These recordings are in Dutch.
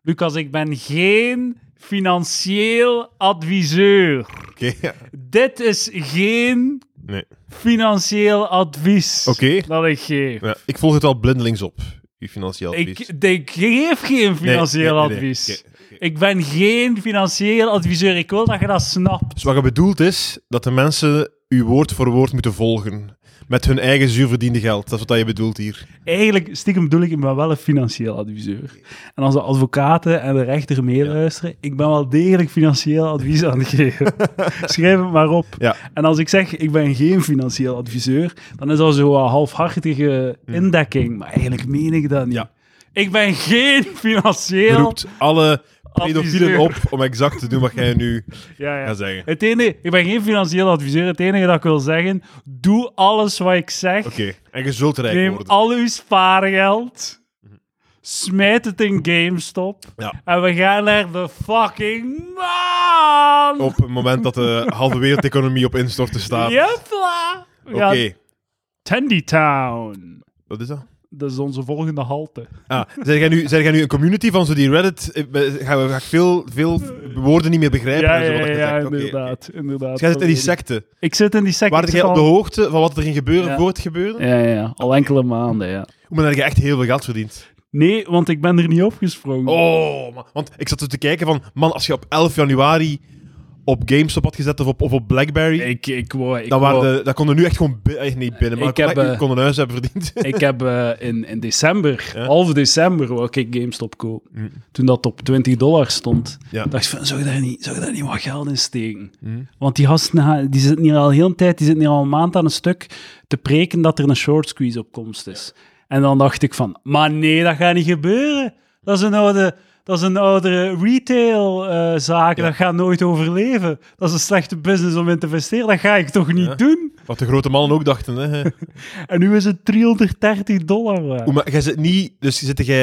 Lucas, ik ben geen financieel adviseur. Oké, ja. Dit is geen financieel advies dat ik geef. Ja, ik volg het al blindelings op, uw financieel advies. Ik geef geen financieel advies. Okay. Ik ben geen financieel adviseur. Ik wil dat je dat snapt. Dus wat je bedoelt is dat de mensen uw woord voor woord moeten volgen. Met hun eigen zuurverdiende geld. Dat is wat je bedoelt hier. Eigenlijk, stiekem bedoel ik ben wel een financieel adviseur. En als de advocaten en de rechter meeluisteren, ik ben wel degelijk financieel advies aan het geven. Schrijf het maar op. Ja. En als ik zeg, ik ben geen financieel adviseur, dan is dat zo'n halfhartige indekking. Maar eigenlijk meen ik dat niet. Ja. Ik ben geen financieel... Je roept alle pedofielen op om exact te doen wat jij nu gaat zeggen. Het enige, ik ben geen financieel adviseur. Het enige dat ik wil zeggen, doe alles wat ik zeg. Oké, en je zult rijk Neem worden. al uw spaargeld, smijt het in GameStop en we gaan naar de fucking maan! Op het moment dat de halve wereldeconomie op instorten staat. Jepla! Oké. Tandy Town. Wat is dat? Dat is onze volgende halte. Zijn jij nu een community van zo die Reddit? Ga ik veel woorden niet meer begrijpen? Ja, en zo, wat je zegt. inderdaad. Dus jij zit in die secte. Ik zit in die secte. Waar jij op de hoogte van wat er ging gebeuren voor het gebeurde? Ja. Al enkele maanden, ja. Maar dan heb je echt heel veel geld verdiend. Nee, want ik ben er niet opgesprongen. Oh, man. Want ik zat zo te kijken van... Man, als je op 11 januari op GameStop had gezet of op BlackBerry... Dan konden nu echt gewoon... niet binnen, maar ik kon een huis hebben verdiend. Ik heb in december, half december, wou ik GameStop kopen. Toen dat op $20 stond. Dacht ik van, zou ik daar niet wat geld in steken? Want die gasten, die zitten hier al heel een tijd, die zitten hier al een maand aan een stuk te preken dat er een short squeeze op komst is. En dan dacht ik van, maar nee, dat gaat niet gebeuren. Dat is een oude retailzaak, dat gaat nooit overleven. Dat is een slechte business om in te investeren, dat ga ik toch niet doen? Wat de grote mannen ook dachten, hè. En nu is het $330 waard. Maar jij zit niet... Dus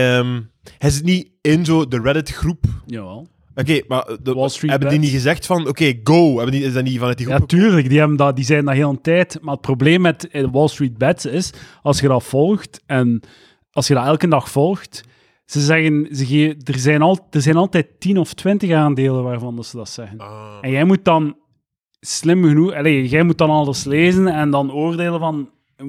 hij zit niet in zo de Reddit-groep? Jawel. Oké, maar hebben Bets. die niet gezegd van, oké, go? Is dat niet vanuit die groep? Ja, tuurlijk. Die zijn dat heel een tijd. Maar het probleem met Wall Street Bets is, als je dat volgt, en als je dat elke dag volgt, ze zeggen, er zijn altijd 10 of 20 aandelen waarvan ze dat zeggen. En jij moet dan slim genoeg... jij moet dan alles lezen en dan oordelen van...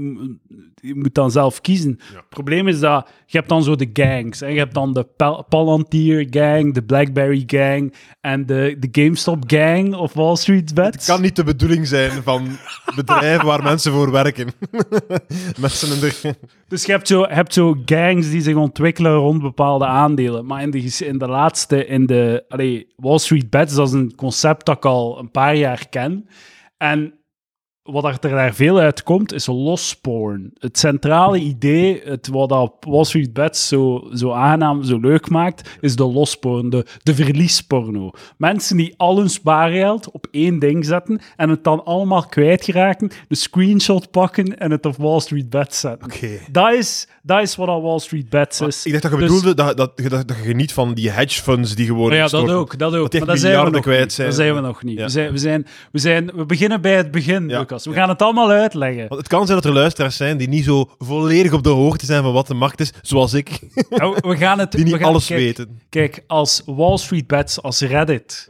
Je moet dan zelf kiezen. Het probleem is dat je hebt dan zo de gangs. Hè? Je hebt dan de Palantir gang, de BlackBerry gang en de GameStop gang of Wall Street Bets. Het kan niet de bedoeling zijn van bedrijven waar mensen voor werken. Mensen Dus je hebt zo gangs die zich ontwikkelen rond bepaalde aandelen. Maar in de laatste, Wall Street Bets, dat is een concept dat ik al een paar jaar ken. En wat er daar veel uit komt, is loss porn. Het centrale idee, wat dat Wall Street Bets zo aangenaam, zo leuk maakt, is de loss porn, de verliesporno. Mensen die al hun spaargeld op één ding zetten en het dan allemaal kwijtgeraken, de screenshot pakken en het op Wall Street Bets zetten. Okay. Dat is wat dat Wall Street Bets is. Ik dacht dat je bedoelde dat je geniet van die hedge funds die gewoon... Ja, dat ook. Dat die maar dat zijn we kwijt zijn. Dat zijn we nog niet. Ja. We beginnen bij het begin, Lucas. We gaan het allemaal uitleggen. Want het kan zijn dat er luisteraars zijn die niet zo volledig op de hoogte zijn van wat de markt is, zoals ik. We gaan het... Die niet alles weten. Kijk, als Wall Street Bets, als Reddit,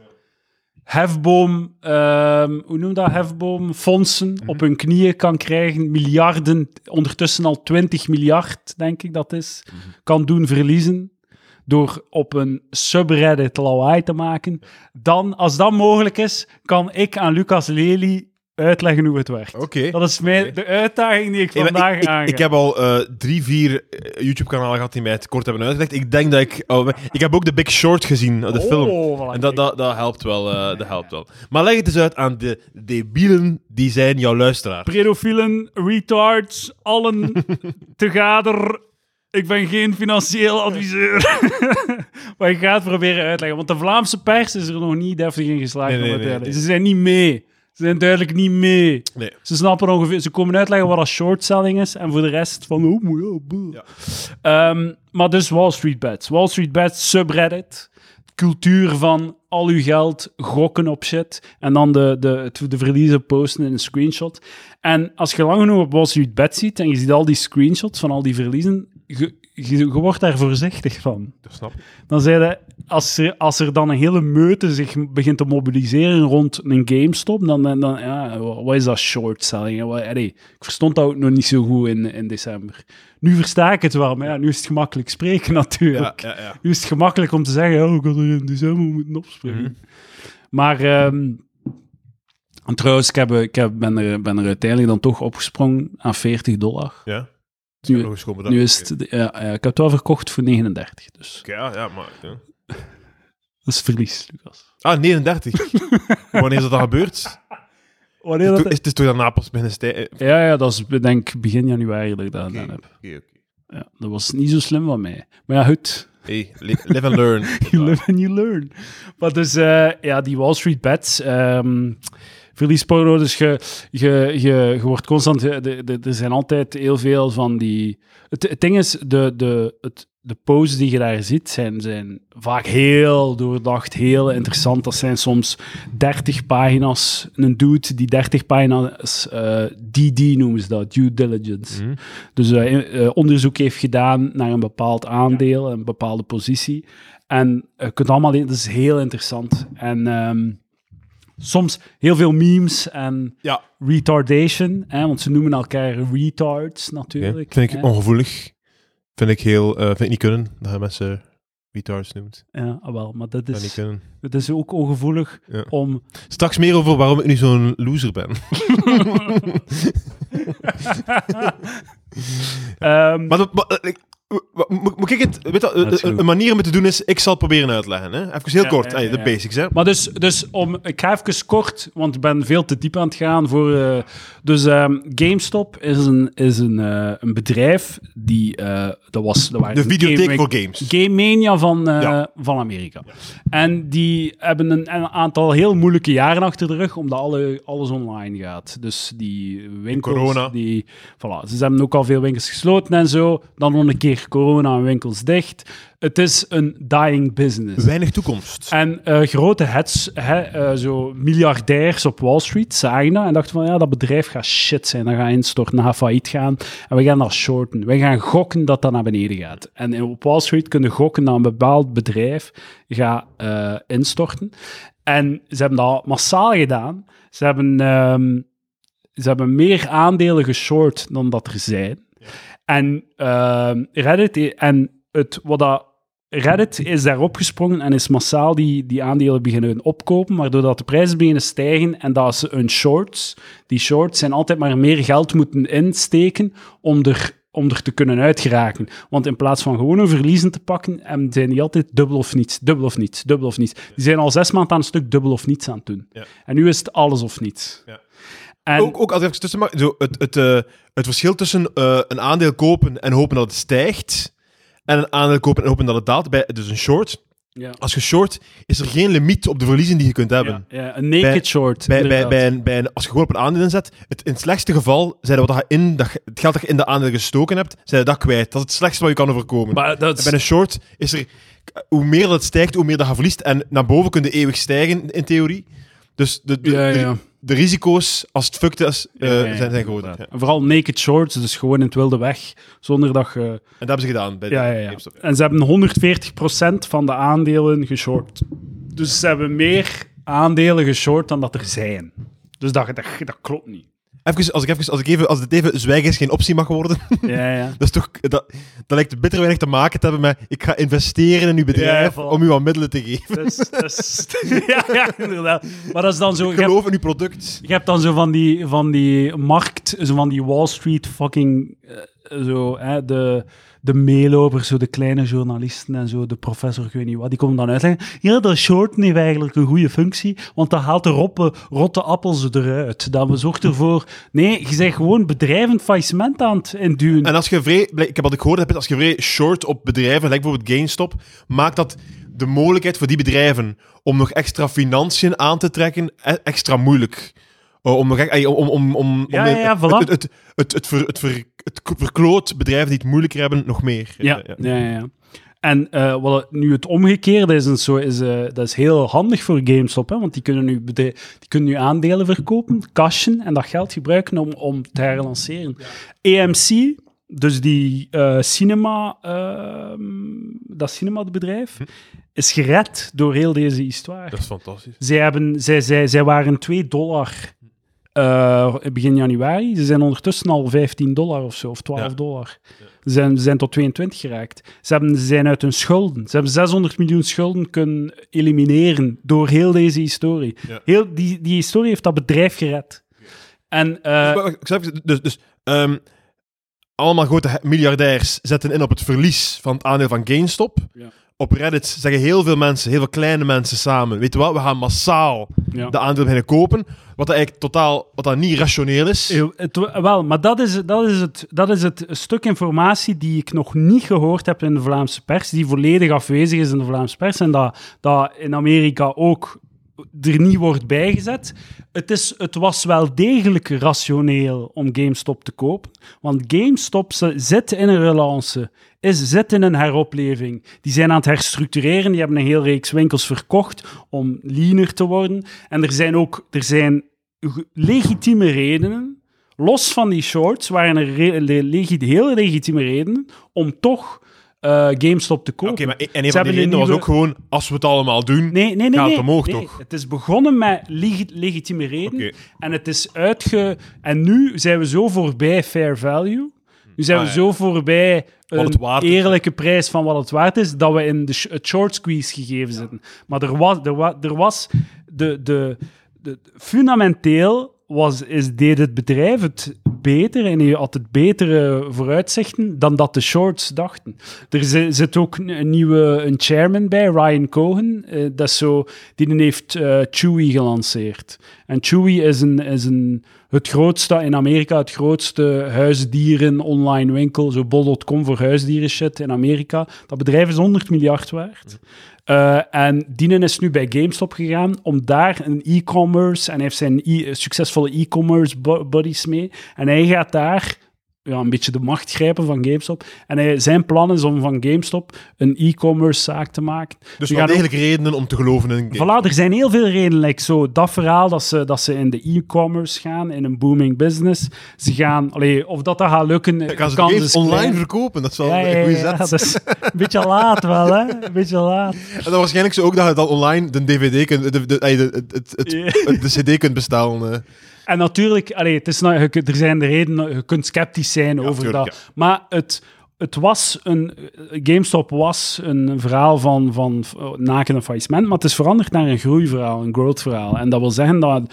hefboom, hoe noem dat, hefboomfondsen op hun knieën kan krijgen, miljarden, ondertussen al 20 miljard, denk ik dat is, kan doen verliezen, door op een subreddit lawaai te maken, dan, als dat mogelijk is, kan ik aan Lucas Lely uitleggen hoe het werkt. Okay. Dat is de uitdaging die ik vandaag aanga. Ik heb al 3-4 YouTube-kanalen gehad die mij het kort hebben uitgelegd. Ik denk dat ik heb ook The Big Short gezien, de film. Voilà, en dat helpt wel. Dat helpt wel. Maar leg het eens uit aan de debielen die zijn jouw luisteraars. Pedofielen, retards, allen tegader. Ik ben geen financieel adviseur. Maar ik ga het proberen uitleggen. Want de Vlaamse pers is er nog niet deftig in geslaagd. Nee. Ze zijn niet mee. Ze zijn duidelijk niet mee. Nee. Ze snappen ongeveer... Ze komen uitleggen wat dat short-selling is. En voor de rest van... maar dus Wall Street Bets. Wall Street Bets, subreddit. Cultuur van al uw geld gokken op shit. En dan de verliezen posten in een screenshot. En als je lang genoeg op Wall Street Bets ziet... en je ziet al die screenshots van al die verliezen... Je wordt daar voorzichtig van. Dat snap ik. Dan zei je, als er dan een hele meute zich begint te mobiliseren rond een GameStop, dan wat is dat short selling? Ik verstond dat ook nog niet zo goed in december. Nu versta ik het wel, maar nu is het gemakkelijk spreken natuurlijk. Ja. Nu is het gemakkelijk om te zeggen, ik had er in december moeten opspringen. Mm-hmm. Maar... en trouwens, ik ben er uiteindelijk dan toch opgesprongen aan $40. Ja. Nu is het... ik heb het wel verkocht voor 39. Dus. Ja, maar... Ja. Dat is verlies, Lucas. 39? Wanneer is dat dan gebeurd? Het is toch daarna pas beginnen stijgen? Ja, dat is denk ik begin januari dat ik dat gedaan heb. Okay. Ja, dat was niet zo slim van mij. Maar ja, goed. Hey, live and learn. You live and you learn. Maar dus, die Wall Street bets... verliesporno, dus je wordt constant... Er zijn altijd heel veel van die... Het ding is, de posts die je daar ziet, zijn vaak heel doordacht, heel interessant. Dat zijn soms 30 pagina's. Een dude die 30 pagina's... DD noemen ze dat, due diligence. Mm-hmm. Dus onderzoek heeft gedaan naar een bepaald aandeel, een bepaalde positie. En je kunt allemaal... Dat is heel interessant. En... soms heel veel memes en retardation, want ze noemen elkaar retards natuurlijk. Vind ik ongevoelig. Vind ik niet kunnen dat je mensen retards noemt. Ja, wel, maar dat is... niet kunnen. Het is ook ongevoelig om... Straks meer over waarom ik nu zo'n loser ben. Moet ik het... Weet je, een manier om het te doen is... Ik zal het proberen uit te leggen. Hè? Even heel kort. De basics. Hè? Maar dus ik ga even kort... Want ik ben veel te diep aan het gaan voor... GameStop is een bedrijf die... de videotheek voor games. Game Mania van Amerika. Ja. En die hebben een aantal heel moeilijke jaren achter de rug, omdat alles online gaat. Dus die winkels... Corona. Ze hebben ook al veel winkels gesloten en zo. Dan nog een keer corona en winkels dicht. Het is een dying business. Weinig toekomst. En grote zo miljardairs op Wall Street zagen dat en dachten van, dat bedrijf gaat shit zijn, dat gaat instorten, dat gaat failliet gaan. En we gaan dat shorten. We gaan gokken dat naar beneden gaat. En op Wall Street kunnen gokken dat een bepaald bedrijf gaat instorten. En ze hebben dat massaal gedaan. Ze hebben meer aandelen geshort dan dat er zijn. Ja. En Reddit Reddit is daarop gesprongen en is massaal die aandelen beginnen opkopen, waardoor dat de prijzen beginnen stijgen en dat ze een shorts, die shorts zijn altijd maar meer geld moeten insteken om er te kunnen uitgeraken. Want in plaats van gewoon een verliezen te pakken, zijn die altijd dubbel of niets, dubbel of niets, dubbel of niets. Die zijn al 6 maanden aan een stuk dubbel of niets aan het doen. Ja. En nu is het alles of niets. Ja. En... Ook als ik even tussen mag, het verschil tussen een aandeel kopen en hopen dat het stijgt en een aandeel kopen en hopen dat het daalt, dus een short. Ja. Als je short, is er geen limiet op de verliezen die je kunt hebben. Ja, een naked short. Als je gewoon op een aandeel inzet, in het slechtste geval, het geld dat je in de aandeel gestoken hebt, zijn je dat kwijt. Dat is het slechtste wat je kan overkomen. Bij een short is er, hoe meer dat het stijgt, hoe meer dat je verliest. En naar boven kun je eeuwig stijgen, in theorie. Dus de risico's, als het fucked is, zijn groter. Ja. Vooral naked shorts, dus gewoon in het wilde weg, zonder dat je... En dat hebben ze gedaan bij de GameStop. En ze hebben 140% van de aandelen geshort. Dus ze hebben meer aandelen geshort dan dat er zijn. Dus dat klopt niet. Als dit even zwijgen is geen optie mag worden. Ja. Dat is toch... Dat lijkt bitter weinig te maken te hebben met... Ik ga investeren in uw bedrijf om u wat middelen te geven. Ja, inderdaad. Maar dat is dan zo... Geloof in uw product. Je hebt dan zo van die markt... Zo van die Wall Street fucking... De meelopers, zo de kleine journalisten en zo, de professor, ik weet niet wat, die komen dan uitleggen. Ja, dat shorten heeft eigenlijk een goede functie, want dat haalt de rotte appels eruit. Dat zorgt ervoor... Nee, je bent gewoon bedrijven faillissement aan het induwen. En als je ik heb wat ik gehoord, als je vrij short op bedrijven, like bijvoorbeeld GameStop, maakt dat de mogelijkheid voor die bedrijven om nog extra financiën aan te trekken extra moeilijk. Het verkloot bedrijven die het moeilijker hebben, nog meer. Ja. En wat nu het omgekeerde is, dat is heel handig voor GameStop, hè, want die kunnen nu aandelen verkopen, cashen en dat geld gebruiken om te herlanceren. Ja. AMC, dus die cinema, dat cinemabedrijf, is gered door heel deze histoire. Dat is fantastisch. Zij waren $2 begin januari. Ze zijn ondertussen al $15 of zo, of $12. Ze zijn tot 22 geraakt. Ze zijn uit hun schulden. Ze hebben $600 miljoen schulden kunnen elimineren door heel deze historie. Ja. Heel die historie heeft dat bedrijf gered. En, allemaal grote miljardairs zetten in op het verlies van het aandeel van GameStop. Ja. Op Reddit zeggen heel veel mensen, heel veel kleine mensen samen, weet je wat, we gaan massaal de aandelen beginnen kopen, wat dat niet rationeel is. Wel, maar dat is het stuk informatie die ik nog niet gehoord heb in de Vlaamse pers, die volledig afwezig is in de Vlaamse pers en dat in Amerika ook er niet wordt bijgezet. Het was wel degelijk rationeel om GameStop te kopen, want GameStop zit in een relance, zit in een heropleving. Die zijn aan het herstructureren, die hebben een hele reeks winkels verkocht om leaner te worden. En er zijn legitieme redenen, los van die shorts, waren er heel legitieme redenen om toch GameStop te kopen. Oké, maar en een van die redenen was ook gewoon, als we het allemaal doen, gaat het omhoog, toch? Het is begonnen met legitieme redenen, en het is en nu zijn we zo voorbij fair value, nu zijn we zo voorbij een eerlijke prijs van wat het waard is, dat we in het short squeeze gegeven zitten. Maar er was fundamenteel deed het bedrijf het beter en je had het betere vooruitzichten dan dat de shorts dachten. Er zit ook een chairman bij, Ryan Cohen, die heeft Chewy gelanceerd. En Chewy is het grootste in Amerika, het grootste huisdieren online winkel, zo bol.com voor huisdieren shit in Amerika. Dat bedrijf is $100 miljard waard. En Dienen is nu bij GameStop gegaan om daar een e-commerce, en hij heeft zijn succesvolle e-commerce buddies mee, en hij gaat daar een beetje de macht grijpen van GameStop. En zijn plan is om van GameStop een e-commerce zaak te maken. Dus wel degelijk redenen om te geloven in GameStop. Voilà, er zijn heel veel redenen. Dat verhaal dat ze in de e-commerce gaan, in een booming business. Ze gaan, of dat gaat lukken... Gaan ze games online verkopen? Dat is wel een goede zet. Dat is een beetje laat wel, hè? Een beetje laat. En dan waarschijnlijk zo ook dat je dan online de DVD de CD kunt bestellen. En natuurlijk, er zijn de redenen, je kunt sceptisch zijn over dat. Ja. Maar GameStop was een verhaal van nakende faillissement, maar het is veranderd naar een groeiverhaal, een growth-verhaal. En dat wil zeggen dat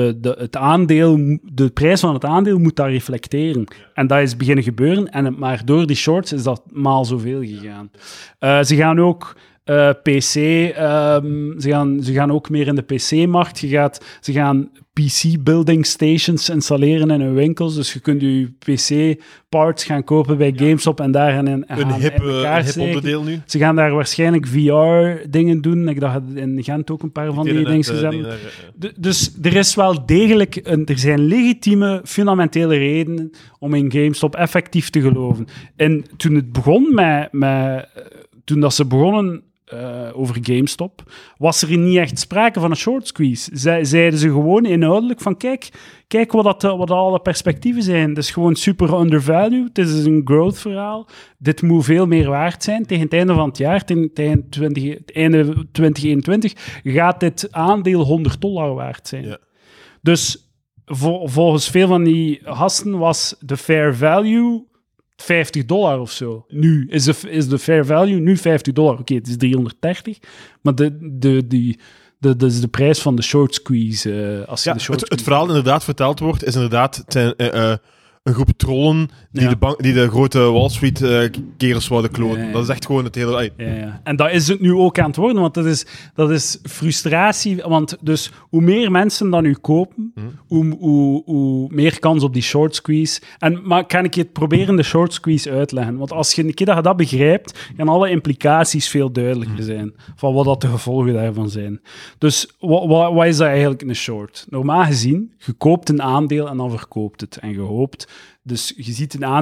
de prijs van het aandeel moet dat reflecteren. En dat is beginnen gebeuren, maar door die shorts is dat maal zoveel gegaan. Ze gaan ook... PC, ze gaan ook meer in de PC-markt. Ze gaan PC-building stations installeren in hun winkels. Dus je kunt je PC-parts gaan kopen bij GameStop en daar een hip onderdeel nu. Ze gaan daar waarschijnlijk VR-dingen doen. Ik dacht in Gent ook een paar van die dingen hebben. Dus er is wel degelijk... er zijn legitieme, fundamentele redenen om in GameStop effectief te geloven. En toen het begon toen dat ze begonnen over GameStop, was er niet echt sprake van een short squeeze. Zeiden ze gewoon inhoudelijk van kijk wat alle perspectieven zijn. Het is gewoon super undervalued. Het is een growth verhaal. Dit moet veel meer waard zijn. Tegen het einde van het jaar, tegen het einde 2021, gaat dit aandeel $100 waard zijn. Ja. Dus volgens veel van die gasten was de fair value $50 of zo. Nu is de fair value nu $50. Oké, het is 330, maar dat is de prijs van de short squeeze. Het verhaal inderdaad verteld wordt, is inderdaad een groep trollen die de grote Wall Street kerels wouden klonen. Ja. Dat is echt gewoon het hele... Ja. En dat is het nu ook aan het worden, want dat is frustratie. Want dus hoe meer mensen dan nu kopen, hoe meer kans op die short squeeze. Maar kan ik je het proberen de short squeeze uitleggen? Want als je een keer dat begrijpt, gaan alle implicaties veel duidelijker zijn van wat dat de gevolgen daarvan zijn. Dus wat is dat eigenlijk een short? Normaal gezien, je koopt een aandeel en dan verkoopt het. En je hoopt... Dus je ziet een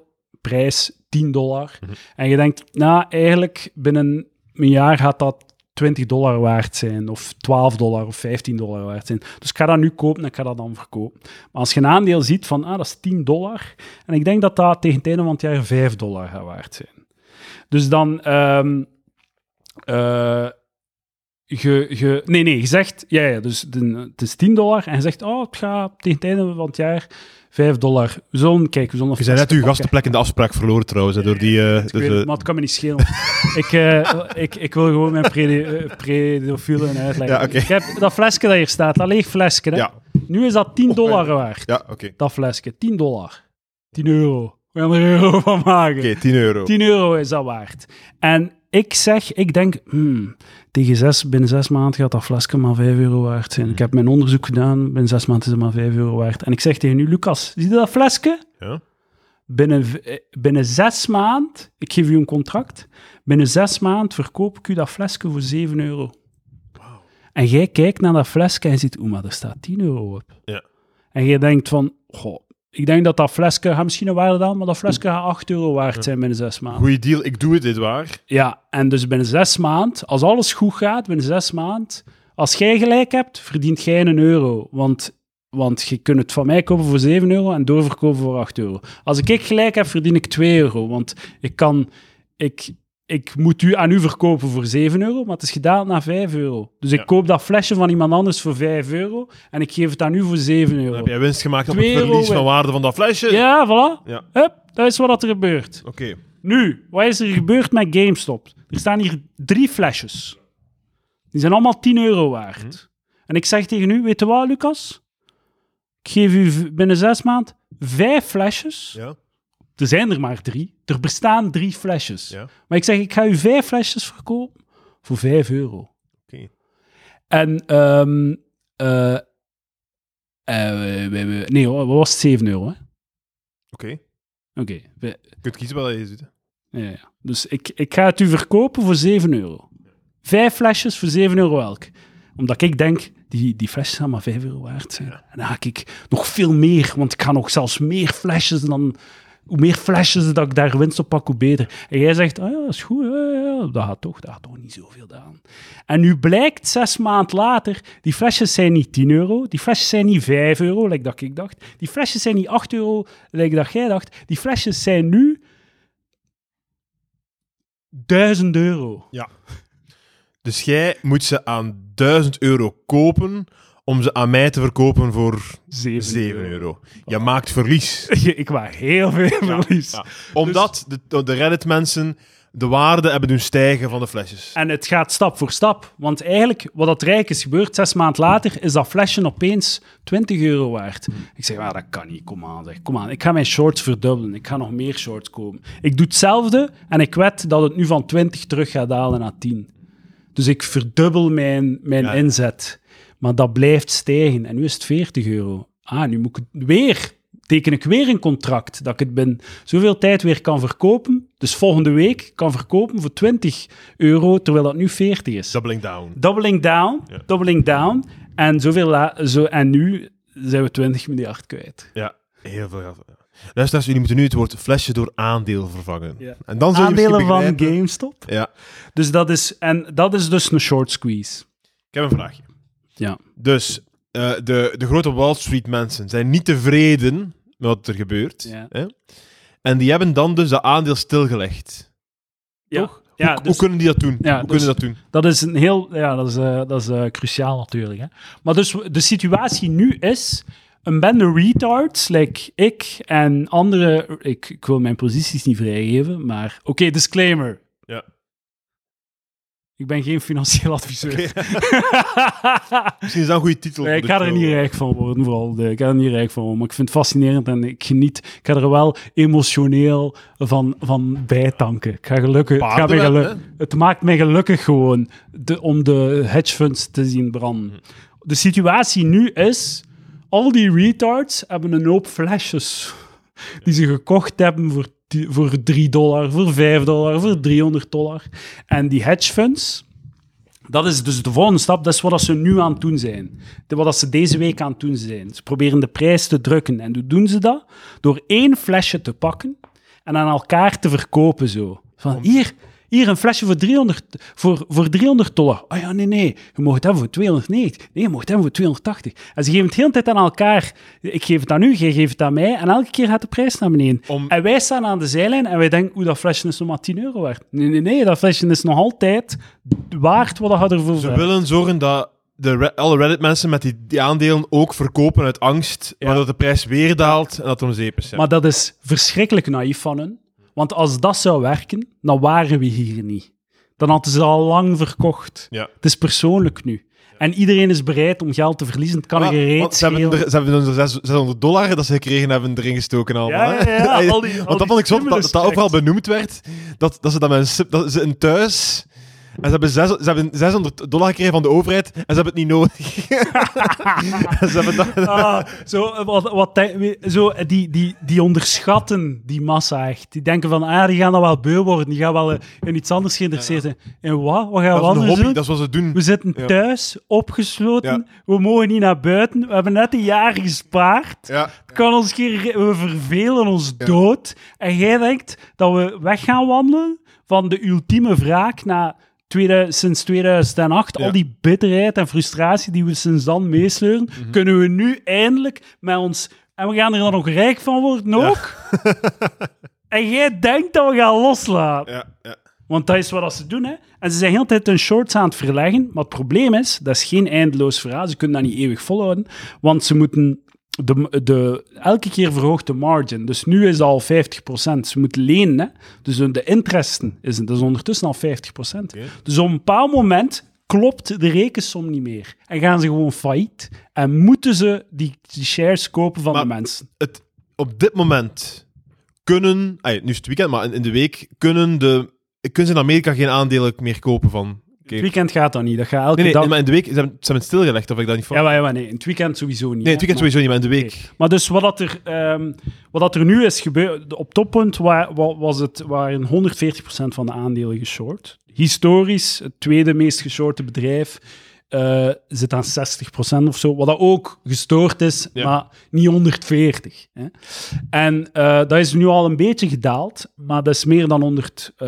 aandeelprijs $10 en je denkt, eigenlijk binnen een jaar gaat dat $20 waard zijn, of $12 of $15 waard zijn. Dus ik ga dat nu kopen en ik ga dat dan verkopen. Maar als je een aandeel ziet van, dat is $10, en ik denk dat dat tegen het einde van het jaar $5 gaat waard zijn. Dus dan... je zegt... Ja, dus het is $10 en je zegt, het gaat tegen het einde van het jaar $5. We zullen Je zijn net uw gastenplek in de afspraak verloren trouwens, door die... maar het kan me niet schelen. ik wil gewoon mijn predofielen uitleggen. Ja, okay. Ik heb dat flesje dat hier staat, dat leeg flesje. Hè? Ja. Nu is dat $10 waard. Ja, oké. Dat flesje, $10. €10. We gaan er euro van maken. Oké, €10. €10 is dat waard. En ik denk, binnen 6 maanden gaat dat flesje maar €5 waard zijn. Ik heb mijn onderzoek gedaan, binnen 6 maanden is het maar €5 waard. En ik zeg tegen u, Lucas, zie je dat flesje? Ja. Binnen 6 maanden, ik geef u een contract, binnen 6 maanden verkoop ik u dat flesje voor €7. Wow. En jij kijkt naar dat flesje en je ziet, maar er staat €10 op. Ja. En jij denkt van, ik denk dat flesje gaat misschien een waarde dan, maar dat flesje gaat €8 waard zijn binnen 6 maanden. Goeie deal, ik doe het, dit waar. Ja, en dus binnen 6 maanden, als alles goed gaat, binnen 6 maanden, als jij gelijk hebt, verdient jij €1. Want je kunt het van mij kopen voor €7 en doorverkopen voor €8. Als ik gelijk heb, verdien ik €2. Want ik moet aan u verkopen voor €7, maar het is gedaald naar €5. Dus ik koop dat flesje van iemand anders voor €5 en ik geef het aan u voor €7. Dan heb jij winst gemaakt op het verlies van waarde van dat flesje? Ja, voilà. Ja. Hup, dat is wat er gebeurt. Oké. Nu, wat is er gebeurd met GameStop? Er staan hier 3 flesjes. Die zijn allemaal €10 waard. En ik zeg tegen u, weet je wat, Lucas? Ik geef u binnen 6 maanden 5 flesjes. Ja. Er zijn er maar 3. Er bestaan 3 flesjes. Ja. Maar ik zeg, ik ga u 5 flesjes verkopen voor €5. Oké. En, nee hoor, wat was het? €7, hè? Oké. Je kunt kiezen wat je doet. Ja. Dus ik ga het u verkopen voor €7. 5 flesjes voor €7 elk. Omdat ik denk, die flesjes gaan maar €5 waard zijn. Ja. En dan ga ik nog veel meer, want ik ga nog zelfs meer flesjes dan... Hoe meer flesjes dat ik daar winst op pak, hoe beter. En jij zegt, dat is goed, dat gaat toch niet zoveel aan. En nu blijkt 6 maanden later, die flesjes zijn niet €10, die flesjes zijn niet €5, like dat ik dacht. Die flesjes zijn niet €8, like dat jij dacht. Die flesjes zijn nu €1000. Ja. Dus jij moet ze aan €1000 kopen om ze aan mij te verkopen voor €7. Je maakt verlies. Ik maak heel veel verlies. Ja. Omdat de Reddit-mensen de waarde hebben doen stijgen van de flesjes. En het gaat stap voor stap. Want eigenlijk, wat dat rijk is gebeurd, 6 maanden later, is dat flesje opeens €20 waard. Ik zeg, dat kan niet. Kom aan. Ik ga mijn shorts verdubbelen. Ik ga nog meer shorts kopen. Ik doe hetzelfde en ik wed dat het nu van 20 terug gaat dalen naar 10. Dus ik verdubbel mijn inzet. Maar dat blijft stijgen. En nu is het €40. Nu moet teken ik weer een contract dat ik het binnen zoveel tijd weer kan verkopen. Dus volgende week kan verkopen voor €20, terwijl dat nu 40 is. Doubling down. En nu zijn we 20 miljard kwijt. Ja, heel veel geld. Luisteraars, jullie moeten nu het woord flesje door aandeel vervangen. Ja. En dan aandelen van GameStop. Ja. Dus dat is dus een short squeeze. Ik heb een vraagje. Ja. Dus de grote Wall Street mensen zijn niet tevreden met wat er gebeurt. Ja. Hè? En die hebben dan dus dat aandeel stilgelegd. Ja. Toch? Hoe kunnen die dat doen? Dat is een heel... Ja, dat is cruciaal natuurlijk. Hè? Maar dus de situatie nu is... Een bende retards, like ik en andere... Ik wil mijn posities niet vrijgeven, maar... Oké, disclaimer. Ja. Ik ben geen financieel adviseur. Okay. Misschien is dat een goede titel. Ik ga er niet rijk van worden, vooral. Ik ga er niet rijk van worden, maar ik vind het fascinerend en ik geniet. Ik ga er wel emotioneel van bijtanken. Het maakt mij gelukkig gewoon om de hedge funds te zien branden. De situatie nu is... Al die retards hebben een hoop flesjes die ze gekocht hebben voor $3, voor $5, voor $300. En die hedge funds, dat is dus de volgende stap, dat is wat ze nu aan het doen zijn. Wat ze deze week aan het doen zijn. Ze proberen de prijs te drukken. En hoe doen ze dat? Door 1 flesje te pakken en aan elkaar te verkopen zo. Van, Hier, een flesje voor $300. Oh ja, nee. Je mag het hebben voor 290. Nee, je mag het hebben voor 280. En ze geven het de hele tijd aan elkaar. Ik geef het aan u, jij geeft het aan mij. En elke keer gaat de prijs naar beneden. En wij staan aan de zijlijn en wij denken, dat flesje is nog maar €10 waard. Nee, dat flesje is nog altijd waard wat je ervoor Ze willen zorgen dat alle Reddit-mensen met die aandelen ook verkopen uit angst, waardoor de prijs weer daalt en dat om zeep is. Ja. Maar dat is verschrikkelijk naïef van hen. Want als dat zou werken, dan waren we hier niet. Dan hadden ze al lang verkocht. Ja. Het is persoonlijk nu. En iedereen is bereid om geld te verliezen. Het kan er gereed schelen. Ze hebben $600 dat ze gekregen hebben erin gestoken allemaal. Ja. Want dat vond ik zo, dat overal benoemd werd. Dat ze in thuis... En ze hebben $600 gekregen van de overheid en ze hebben het niet nodig. Die onderschatten die massa echt. Die denken van, die gaan dan wel beu worden. Die gaan wel in iets anders geïnteresseerd zijn. En wat? Wat gaan we anders doen? Dat is wat ze doen. We zitten thuis, opgesloten. Ja. We mogen niet naar buiten. We hebben net een jaar gespaard. Ja. Het kan ons we vervelen ons dood. En jij denkt dat we weg gaan wandelen van de ultieme wraak sinds 2008, al die bitterheid en frustratie die we sinds dan meesleuren, kunnen we nu eindelijk met ons... En we gaan er dan nog rijk van worden ook. En jij denkt dat we gaan loslaten. Ja. Want dat is wat ze doen, hè. En ze zijn de hele tijd hun shorts aan het verleggen. Maar het probleem is, dat is geen eindeloos verhaal. Ze kunnen dat niet eeuwig volhouden. Want ze moeten... elke keer verhoogt de margin. Dus nu is het al 50%. Ze moeten lenen. Hè? Dus de interesten dat is ondertussen al 50%. Okay. Dus op een bepaald moment klopt de rekensom niet meer. En gaan ze gewoon failliet. En moeten ze die shares kopen van de mensen. Op dit moment kunnen... nu is het weekend, maar in de week kunnen ze in Amerika geen aandelen meer kopen van... Het weekend gaat dat niet. Dat gaat elke dag... maar in de week... Ze hebben het stilgelegd, of ik dat niet van... Ja, nee. In het weekend sowieso niet. Nee, in het weekend sowieso niet, maar in de week... Okay. Maar dus wat er nu is gebeurd... Op toppunt waren 140% van de aandelen geshort. Historisch, het tweede meest geshorte bedrijf... zit aan 60% of zo, wat dat ook gestoord is, maar niet 140. Hè. En dat is nu al een beetje gedaald, maar dat is meer dan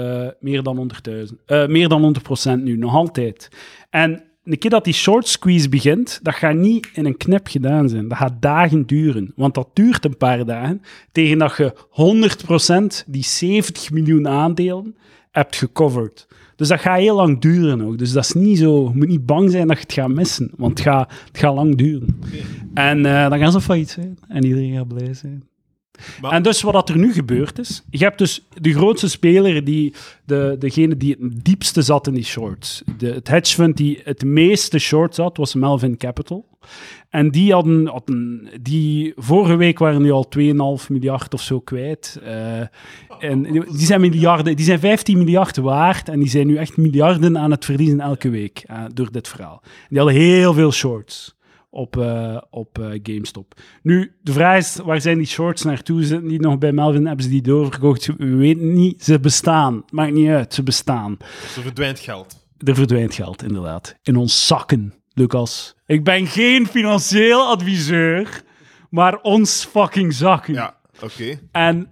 100% nu, nog altijd. En een keer dat die short squeeze begint, dat gaat niet in een knip gedaan zijn. Dat gaat dagen duren, want dat duurt een paar dagen, tegen dat je 100% die 70 miljoen aandelen hebt gecoverd. Dus dat gaat heel lang duren ook. Dus dat is niet zo... Je moet niet bang zijn dat je het gaat missen. Want het gaat lang duren. Okay. En dan gaan ze failliet zijn. En iedereen gaat blij zijn. Maar... En dus wat er nu gebeurd is... Je hebt dus de grootste speler, degene die het diepste zat in die shorts. Het hedge fund die het meeste shorts had, was Melvin Capital. En die vorige week waren die al 2,5 miljard of zo kwijt. En die zijn 15 miljard waard en die zijn nu echt miljarden aan het verliezen elke week door dit verhaal. En die hadden heel veel shorts op GameStop. Nu, de vraag is, waar zijn die shorts naartoe? Zitten die nog bij Melvin? Hebben ze die doorverkocht? We weten niet. Ze bestaan. Maakt niet uit, ze bestaan. Er verdwijnt geld. Er verdwijnt geld, inderdaad. In ons zakken. Lucas. Ik ben geen financieel adviseur, maar ons fucking zakken. Ja, oké. En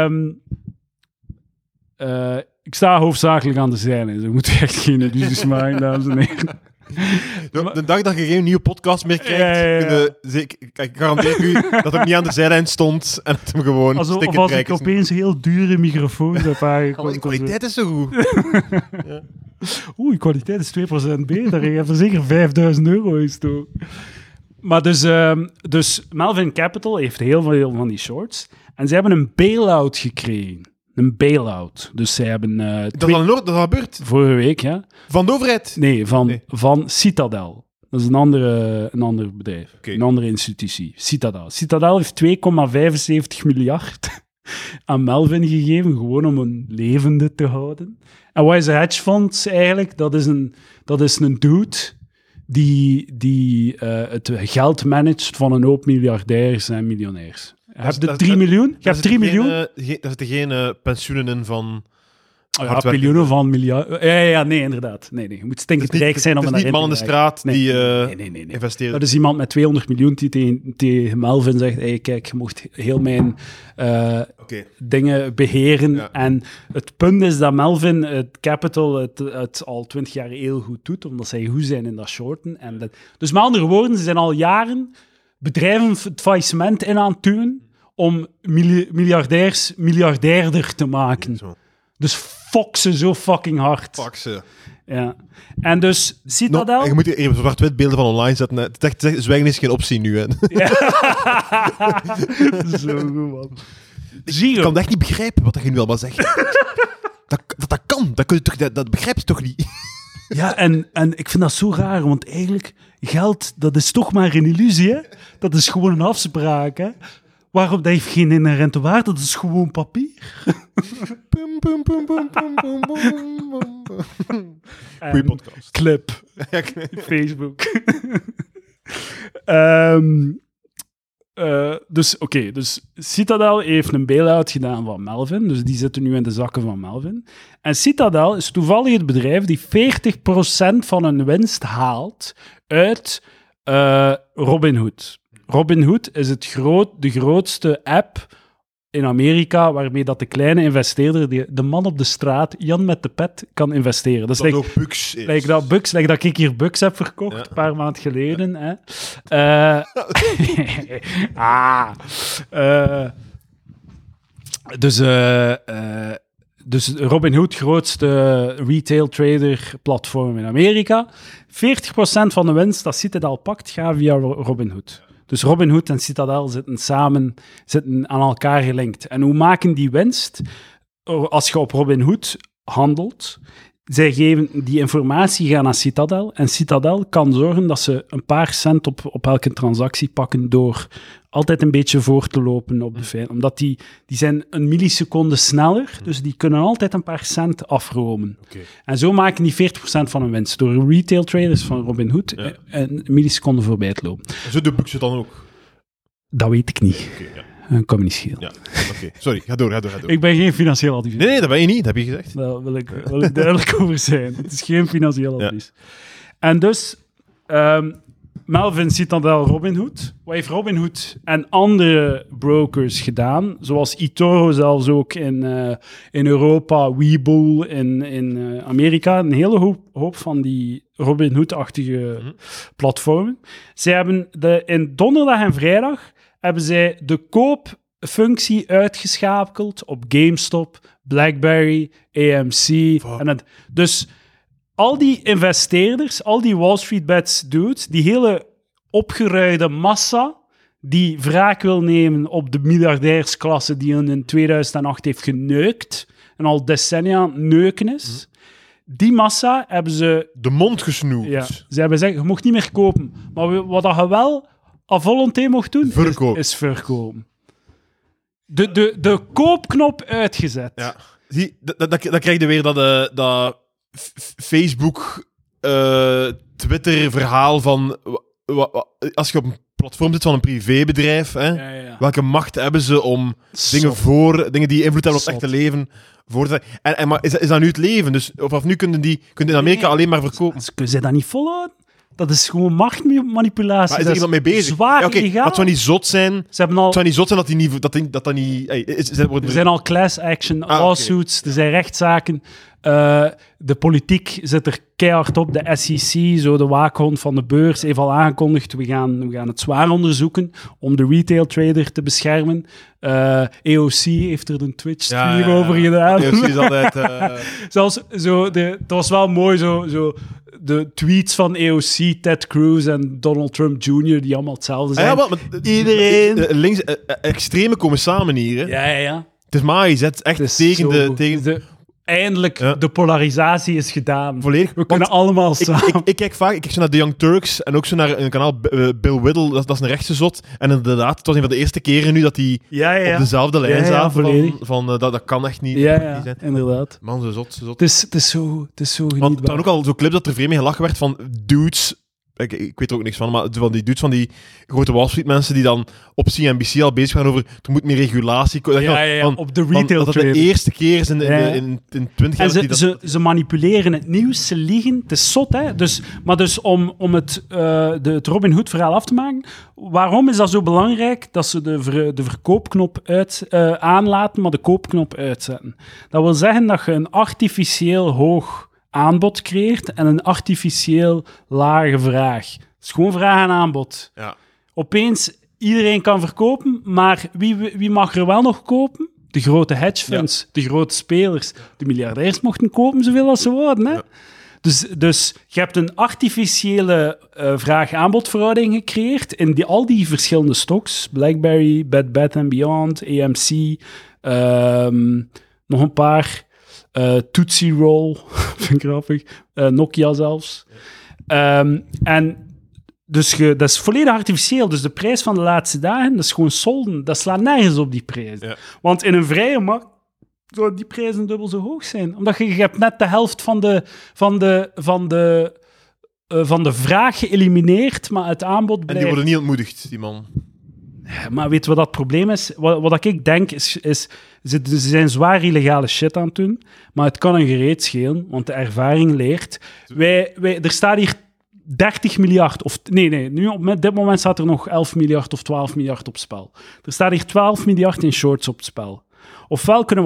ik sta hoofdzakelijk aan de zijlijn. Dus moeten echt geen illusies maken, dames en heren. De dag dat je geen nieuwe podcast meer krijgt, ik garandeer u dat het niet aan de zijlijn stond en het hem gewoon stikken of als ik opeens heel dure microfoons heb aangekomen. De kwaliteit is zo goed. Ja. Oeh, je kwaliteit is 2% beter. Je hebt er zeker €5.000 gestoken. Maar dus Melvin Capital heeft heel veel van die shorts. En ze hebben een bail-out gekregen. Een bail-out. Dus zij hebben... dat gebeurt? Vorige week, ja. Van de overheid? Nee, van Citadel. Dat is een ander bedrijf. Okay. Een andere institutie. Citadel heeft 2,75 miljard aan Melvin gegeven, gewoon om een levende te houden. En wat is een hedge fund eigenlijk? Dat is een dude die het geld managt van een hoop miljardairs en miljonairs. Je hebt 3 miljoen? Je hebt 3 miljoen? Daar zitten geen pensioenen in van Miljoenen van miljard. Ja, nee, inderdaad. Nee. Je moet stinkend rijk zijn om het naar niet man in de straat die investeert. Dat is iemand met 200 miljoen die tegen Melvin zegt, hey, kijk, je mocht heel mijn dingen beheren. Ja. En het punt is dat Melvin het capital het al 20 jaar heel goed doet, omdat zij goed zijn in dat shorten. Dus met andere woorden, ze zijn al jaren bedrijven het faillissement in aan het duwen om miljardairs miljardairder te maken. Zo. Dus fuck ze zo fucking hard. Fuck ze. Ja. En dus, Citadel... Je moet hier zwart-wit beelden van online zetten. Het is echt, zwijgen is geen optie nu, hè. Ja. Zo goed, man. Ik kan echt niet begrijpen wat je nu allemaal zegt. dat kan. Dat begrijp je toch niet? Ja, en ik vind dat zo raar, want eigenlijk, geld, dat is toch maar een illusie, hè? Dat is gewoon een afspraak, hè? Waarom? Dat heeft geen inherente waarde, dat is gewoon papier. Goeie podcast. Clip. Facebook. Dus Citadel heeft een bail-out gedaan van Melvin, dus die zitten nu in de zakken van Melvin. En Citadel is toevallig het bedrijf die 40% van hun winst haalt uit Robinhood. Robinhood is de grootste app in Amerika waarmee dat de kleine investeerder, de man op de straat, Jan met de pet, kan investeren. Dat ook Bucks is. Like dat ik hier Bucks heb verkocht, een paar maanden geleden. Hè. Dus Robinhood, grootste retail trader platform in Amerika. 40% van de winst dat Citadel pakt, gaat via Robinhood. Dus Robinhood en Citadel zitten aan elkaar gelinkt. En hoe maken die winst? Als je op Robinhood handelt, zij geven die informatie gaan naar Citadel. En Citadel kan zorgen dat ze een paar cent op elke transactie pakken door altijd een beetje voor te lopen op de feiten. Omdat die zijn een milliseconde sneller, dus die kunnen altijd een paar cent afromen. Okay. En zo maken die 40% van hun winst door retail traders van Robinhood een milliseconde voorbij te lopen. Zo de Bucks dan ook? Dat weet ik niet. Okay, kan me niet schelen. Ja, oké. Sorry, ga door. Ik ben geen financieel adviseur. Nee, dat ben je niet, dat heb je gezegd. Daar wil ik duidelijk over zijn. Het is geen financieel advies. Ja. En dus, Melvin Citadel Robinhood. Wat heeft Robinhood en andere brokers gedaan? Zoals eToro zelfs ook in Europa, Webull in Amerika. Een hele hoop van die Robinhood-achtige platformen. Zij hebben in donderdag en vrijdag hebben zij de koopfunctie uitgeschakeld op GameStop, BlackBerry, AMC. Dus al die investeerders, al die Wall Street Bets dudes, die hele opgeruide massa die wraak wil nemen op de miljardairsklasse die in 2008 heeft geneukt en al decennia aan het neuken is, die massa hebben ze... de mond gesnoerd. Ja, ze hebben gezegd, je mag niet meer kopen. Maar wat je wel à volonté mocht doen, is verkopen. De koopknop uitgezet. Ja. Zie, dan krijg je weer dat Facebook, Twitter-verhaal van... Als je op een platform zit van een privébedrijf, welke macht hebben ze om dingen die invloed hebben op het echte leven voor te zeggen? Maar is dat nu het leven? Dus vanaf nu kunnen in Amerika alleen maar verkopen. Kunnen ze dat niet volhouden? Dat is gewoon machtmanipulatie. Maar is er iemand mee bezig? Zwaar illegaal. Maar het zou niet zot zijn. Het zou niet zot zijn dat die niet... Er zijn al class action lawsuits, er zijn rechtszaken. De politiek zit er keihard op. De SEC, zo de waakhond van de beurs, heeft al aangekondigd, we gaan het zwaar onderzoeken om de retail trader te beschermen. EOC heeft er een Twitch-stream over gedaan. EOC is altijd... Zelfs het was wel mooi, zo de tweets van EOC, Ted Cruz en Donald Trump Jr., die allemaal hetzelfde zijn. Maar iedereen... Links, extreme komen samen hier. Hè? Ja. Het is magisch, het is echt tegen eindelijk, de polarisatie is gedaan. Volledig. We kunnen allemaal samen. Ik kijk vaak, ik kijk zo naar The Young Turks en ook zo naar een kanaal Bill Whittle, dat is een rechtse zot. En inderdaad, het was een van de eerste keren nu dat die op dezelfde lijn zaten. Dat kan echt niet. Ja, inderdaad. Man, zo zot. Het is zo genietbaar. Want dan ook al zo'n clip dat er vreemd mee gelachen werd van dudes ik weet er ook niks van, maar van die dudes, van die grote Wall Street mensen die dan op CNBC al bezig gaan over, er moet meer regulatie komen. Ja, op de retail dat de eerste keer is in 20 jaar. En ze manipuleren het nieuws, ze liegen, het is zot, hè. Maar om het Robin Hood verhaal af te maken, waarom is dat zo belangrijk dat ze de verkoopknop aanlaten, maar de koopknop uitzetten? Dat wil zeggen dat je een artificieel hoog aanbod creëert en een artificieel lage vraag. Het is gewoon vraag en aanbod. Ja. Opeens, iedereen kan verkopen, maar wie mag er wel nog kopen? De grote hedgefunds, de grote spelers. De miljardairs mochten kopen zoveel als ze wouden. Hè? Ja. Dus je hebt een artificiële vraag-aanbodverhouding gecreëerd in al die verschillende stocks. BlackBerry, Bed Bath & Beyond, AMC, nog een paar... Tootsie Roll, vind ik grappig. Nokia zelfs. En dus dat is volledig artificieel. Dus de prijs van de laatste dagen, dat is gewoon solden. Dat slaat nergens op die prijs. Ja. Want in een vrije markt zouden die prijzen dubbel zo hoog zijn. Omdat je hebt net de helft van de vraag geëlimineerd, maar het aanbod blijft... En die worden niet ontmoedigd, die man. Maar weet je wat dat probleem is? Wat ik denk, is ze zijn zwaar illegale shit aan het doen, maar het kan een gereed schelen, want de ervaring leert. Er staat hier 30 miljard, of nee, nu op dit moment staat er nog 11 miljard of 12 miljard op spel. Er staat hier 12 miljard in shorts op het spel. Ofwel kunnen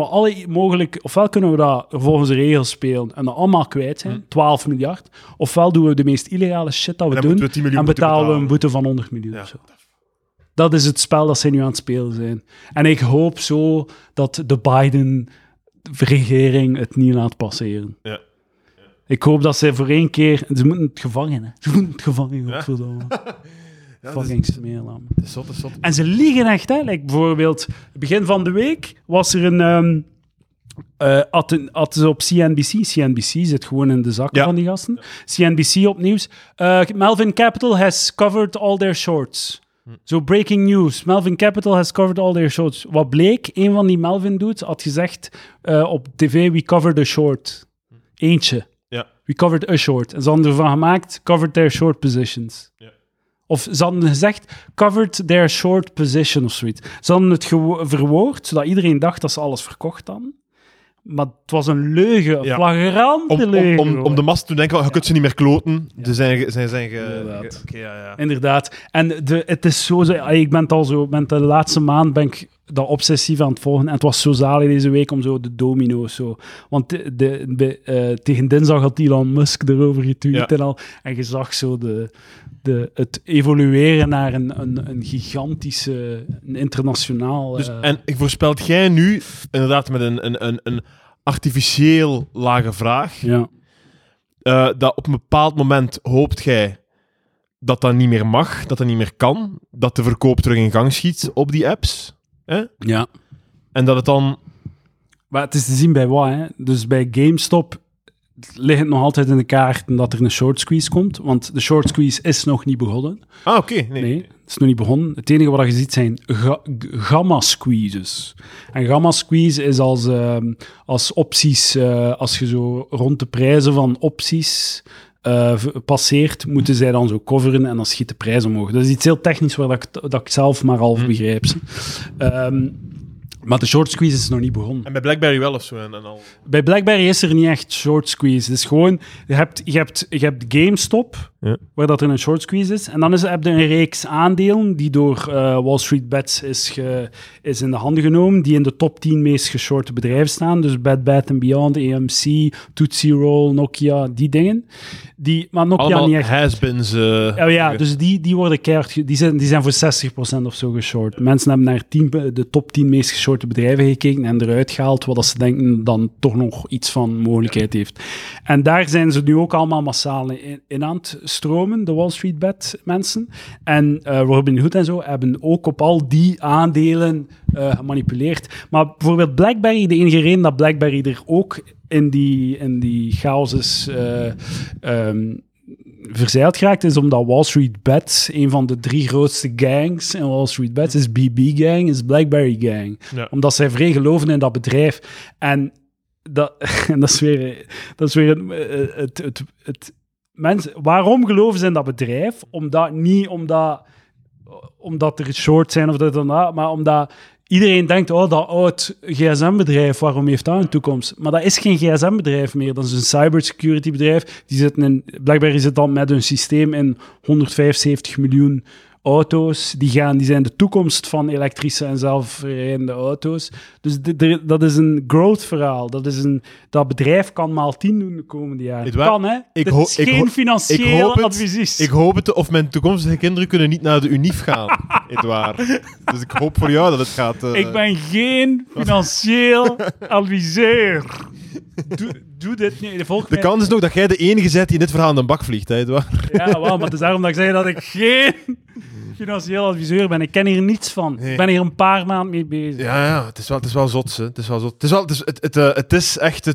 we dat volgens de regels spelen en dat allemaal kwijt zijn, 12 miljard, ofwel doen we de meest illegale shit dat we doen en betalen we een boete van 100 miljoen of zo. Dat is het spel dat zij nu aan het spelen zijn. En ik hoop zo dat de Biden-regering het niet laat passeren. Ja. Ik hoop dat zij voor één keer... Ze moeten het gevangen, hè. Ze moeten het gevangen, godverdomme. Fucking smeerlam. Zot. En ze liegen echt, hè. Like bijvoorbeeld, begin van de week was er een... had ze op CNBC. CNBC zit gewoon in de zakken van die gasten. Ja. CNBC op nieuws. Melvin Capital has covered all their shorts. Zo, breaking news. Melvin Capital has covered all their shorts. Wat bleek? Een van die Melvin dudes had gezegd op tv, we covered a short. Eentje. Ja. We covered a short. En ze hadden ervan gemaakt, covered their short positions. Ja. Of ze hadden gezegd, covered their short position of zoiets. Ze hadden het verwoord, zodat iedereen dacht dat ze alles verkocht hadden. Maar het was een leugen, een flagrante leugen. Om de massa te denken, je kunt ze niet meer kloten. Ja. Ze zijn Inderdaad. Inderdaad. En het is zo... Ik ben de laatste maand ben ik dat obsessief aan het volgen. En het was zo zalig deze week om zo de domino's zo... Want tegen dinsdag had Elon Musk erover getweet en al. En je zag zo het evolueren naar een gigantische, een internationaal... Dus, en ik voorspelt jij nu, inderdaad met een artificieel lage vraag, dat op een bepaald moment hoopt jij dat niet meer mag, dat niet meer kan, dat de verkoop terug in gang schiet op die apps. Hè? Ja. En dat het dan... Maar het is te zien bij wat, hè. Dus bij GameStop ligt het nog altijd in de kaarten dat er een short squeeze komt, want de short squeeze is nog niet begonnen. Ah, oké. Nee, het is nog niet begonnen. Het enige wat je ziet zijn gamma squeezes. En gamma squeeze is als opties, als je zo rond de prijzen van opties passeert, moeten zij dan zo coveren en dan schiet de prijs omhoog. Dat is iets heel technisch waar dat ik zelf maar half begrijp. Maar de short squeeze is nog niet begonnen. En bij BlackBerry wel of zo? En al... Bij BlackBerry is er niet echt short squeeze. Het is gewoon... Je hebt GameStop, waar dat er een short squeeze is. En dan heb je een reeks aandelen die door Wall Street Bets is in de handen genomen, die in de top 10 meest geshorte bedrijven staan. Dus Bed Bath & Beyond, AMC, Tootsie Roll, Nokia, die dingen. Maar Nokia allemaal niet echt... has-beens. Dus die worden keihard... Die zijn voor 60% of zo geshort. Mensen hebben naar de top 10 meest geshorte bedrijven gekeken en eruit gehaald wat ze denken dan toch nog iets van mogelijkheid heeft. En daar zijn ze nu ook allemaal massaal in aan het stromen, de Wall Street Bet mensen. En Robin Hood en zo hebben ook op al die aandelen gemanipuleerd. Maar bijvoorbeeld BlackBerry, de enige reden dat BlackBerry er ook in die chaos is verzeild geraakt, is omdat Wall Street Bets, een van de 3 grootste gangs in Wall Street Bets, is BB Gang, is BlackBerry Gang. Ja. Omdat zij vrij geloven in dat bedrijf. En dat is weer het waarom geloven ze in dat bedrijf? Niet omdat er shorts zijn of dit en dat, maar omdat iedereen denkt, dat oud gsm-bedrijf, waarom heeft dat een toekomst? Maar dat is geen gsm-bedrijf meer, dat is een cybersecurity-bedrijf. BlackBerry zit dan met hun systeem in 175 miljoen auto's. Die zijn de toekomst van elektrische en zelfrijdende auto's. Dus dat is een growth-verhaal. Dat bedrijf kan maal 10 doen de komende jaren. Kan, hè? Het is geen financieel advies. Ik hoop het, of mijn toekomstige kinderen kunnen niet naar de UNIF gaan, Edouard. Dus ik hoop voor jou dat het gaat... Ik ben geen financieel adviseur. Doe dit niet. De kans is nog dat jij de enige bent die in dit verhaal in de bak vliegt, hè, Edouard? Ja, wel, maar het is daarom dat ik zeg dat ik geen financieel adviseur ben. Ik ken hier niets van. Nee. Ik ben hier een paar maanden mee bezig. Ja, het is wel zot, hè. Het is echt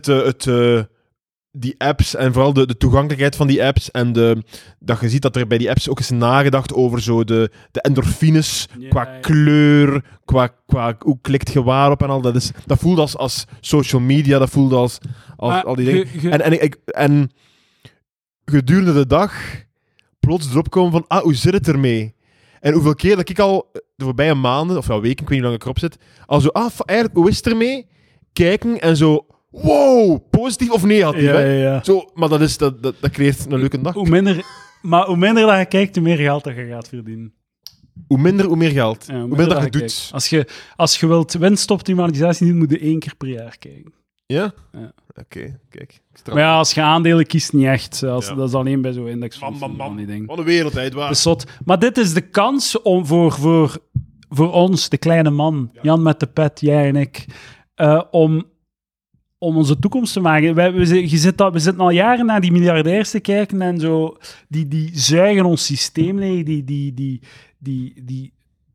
die apps en vooral de toegankelijkheid van die apps en dat je ziet dat er bij die apps ook is nagedacht over zo de endorfines qua kleur, qua hoe klikt je waarop en al. Dat voelt als social media, dat voelt als al die dingen. En gedurende de dag plots erop komen van, hoe zit het ermee? En hoeveel keer dat ik al de voorbije maanden, of weken, ik weet niet hoe lang ik erop zit, al zo, eigenlijk, hoe is het ermee? Kijken en zo, wow, positief of negatief, ja. Zo, maar dat creëert een leuke dag. Hoe minder dat je kijkt, hoe meer geld dat je gaat verdienen. Hoe meer geld. Ja, hoe minder dat je doet. Als je wilt winstoptimalisatie doen, moet je 1 keer per jaar kijken. Ja? Oké, kijk. Maar ja, als je aandelen kiest, niet echt. Dat is alleen bij zo'n indexfondsen. Wat een wereldheid, waar. Dat is zot. Maar dit is de kans om voor ons, de kleine man, Jan met de pet, jij en ik, om onze toekomst te maken. We zitten al jaren naar die miljardairs te kijken en zo. Die zuigen ons systeem leeg. Die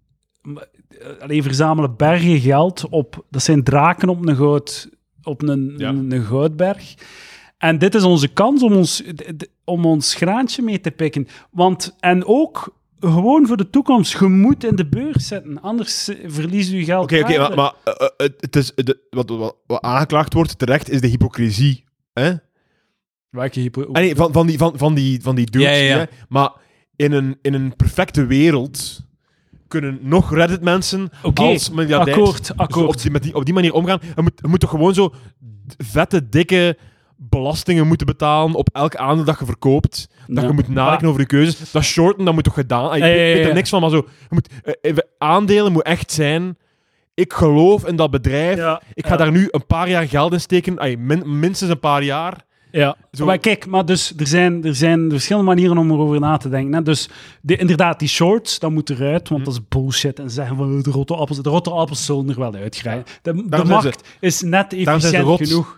verzamelen bergen geld op... Dat zijn draken op een goudberg. En dit is onze kans om ons graantje mee te pikken. En ook gewoon voor de toekomst. Je moet in de beurs zetten, anders verlies je geld. Oké, maar het is wat aangeklaagd wordt terecht is de hypocrisie. Hè? Welke hypocrisie? Van die dudes. Ja. Hè? Maar in een perfecte wereld kunnen nog Reddit-mensen als miljardairs akkoord. Op die manier omgaan. Je moet toch gewoon zo vette, dikke belastingen moeten betalen op elk aandeel dat je verkoopt. Dat je moet nadenken over je keuzes. Dat shorten, dat moet toch gedaan. Ik weet er niks van, maar zo... aandelen moet echt zijn... Ik geloof in dat bedrijf. Ik ga daar nu een paar jaar geld in steken. Minstens een paar jaar. Ja, maar kijk, dus er zijn verschillende manieren om erover na te denken. Hè. Dus inderdaad, die shorts, dat moet eruit, want dat is bullshit. En zeggen van de rotte appels zullen er wel uitgrijpen. De markt is net efficiënt genoeg.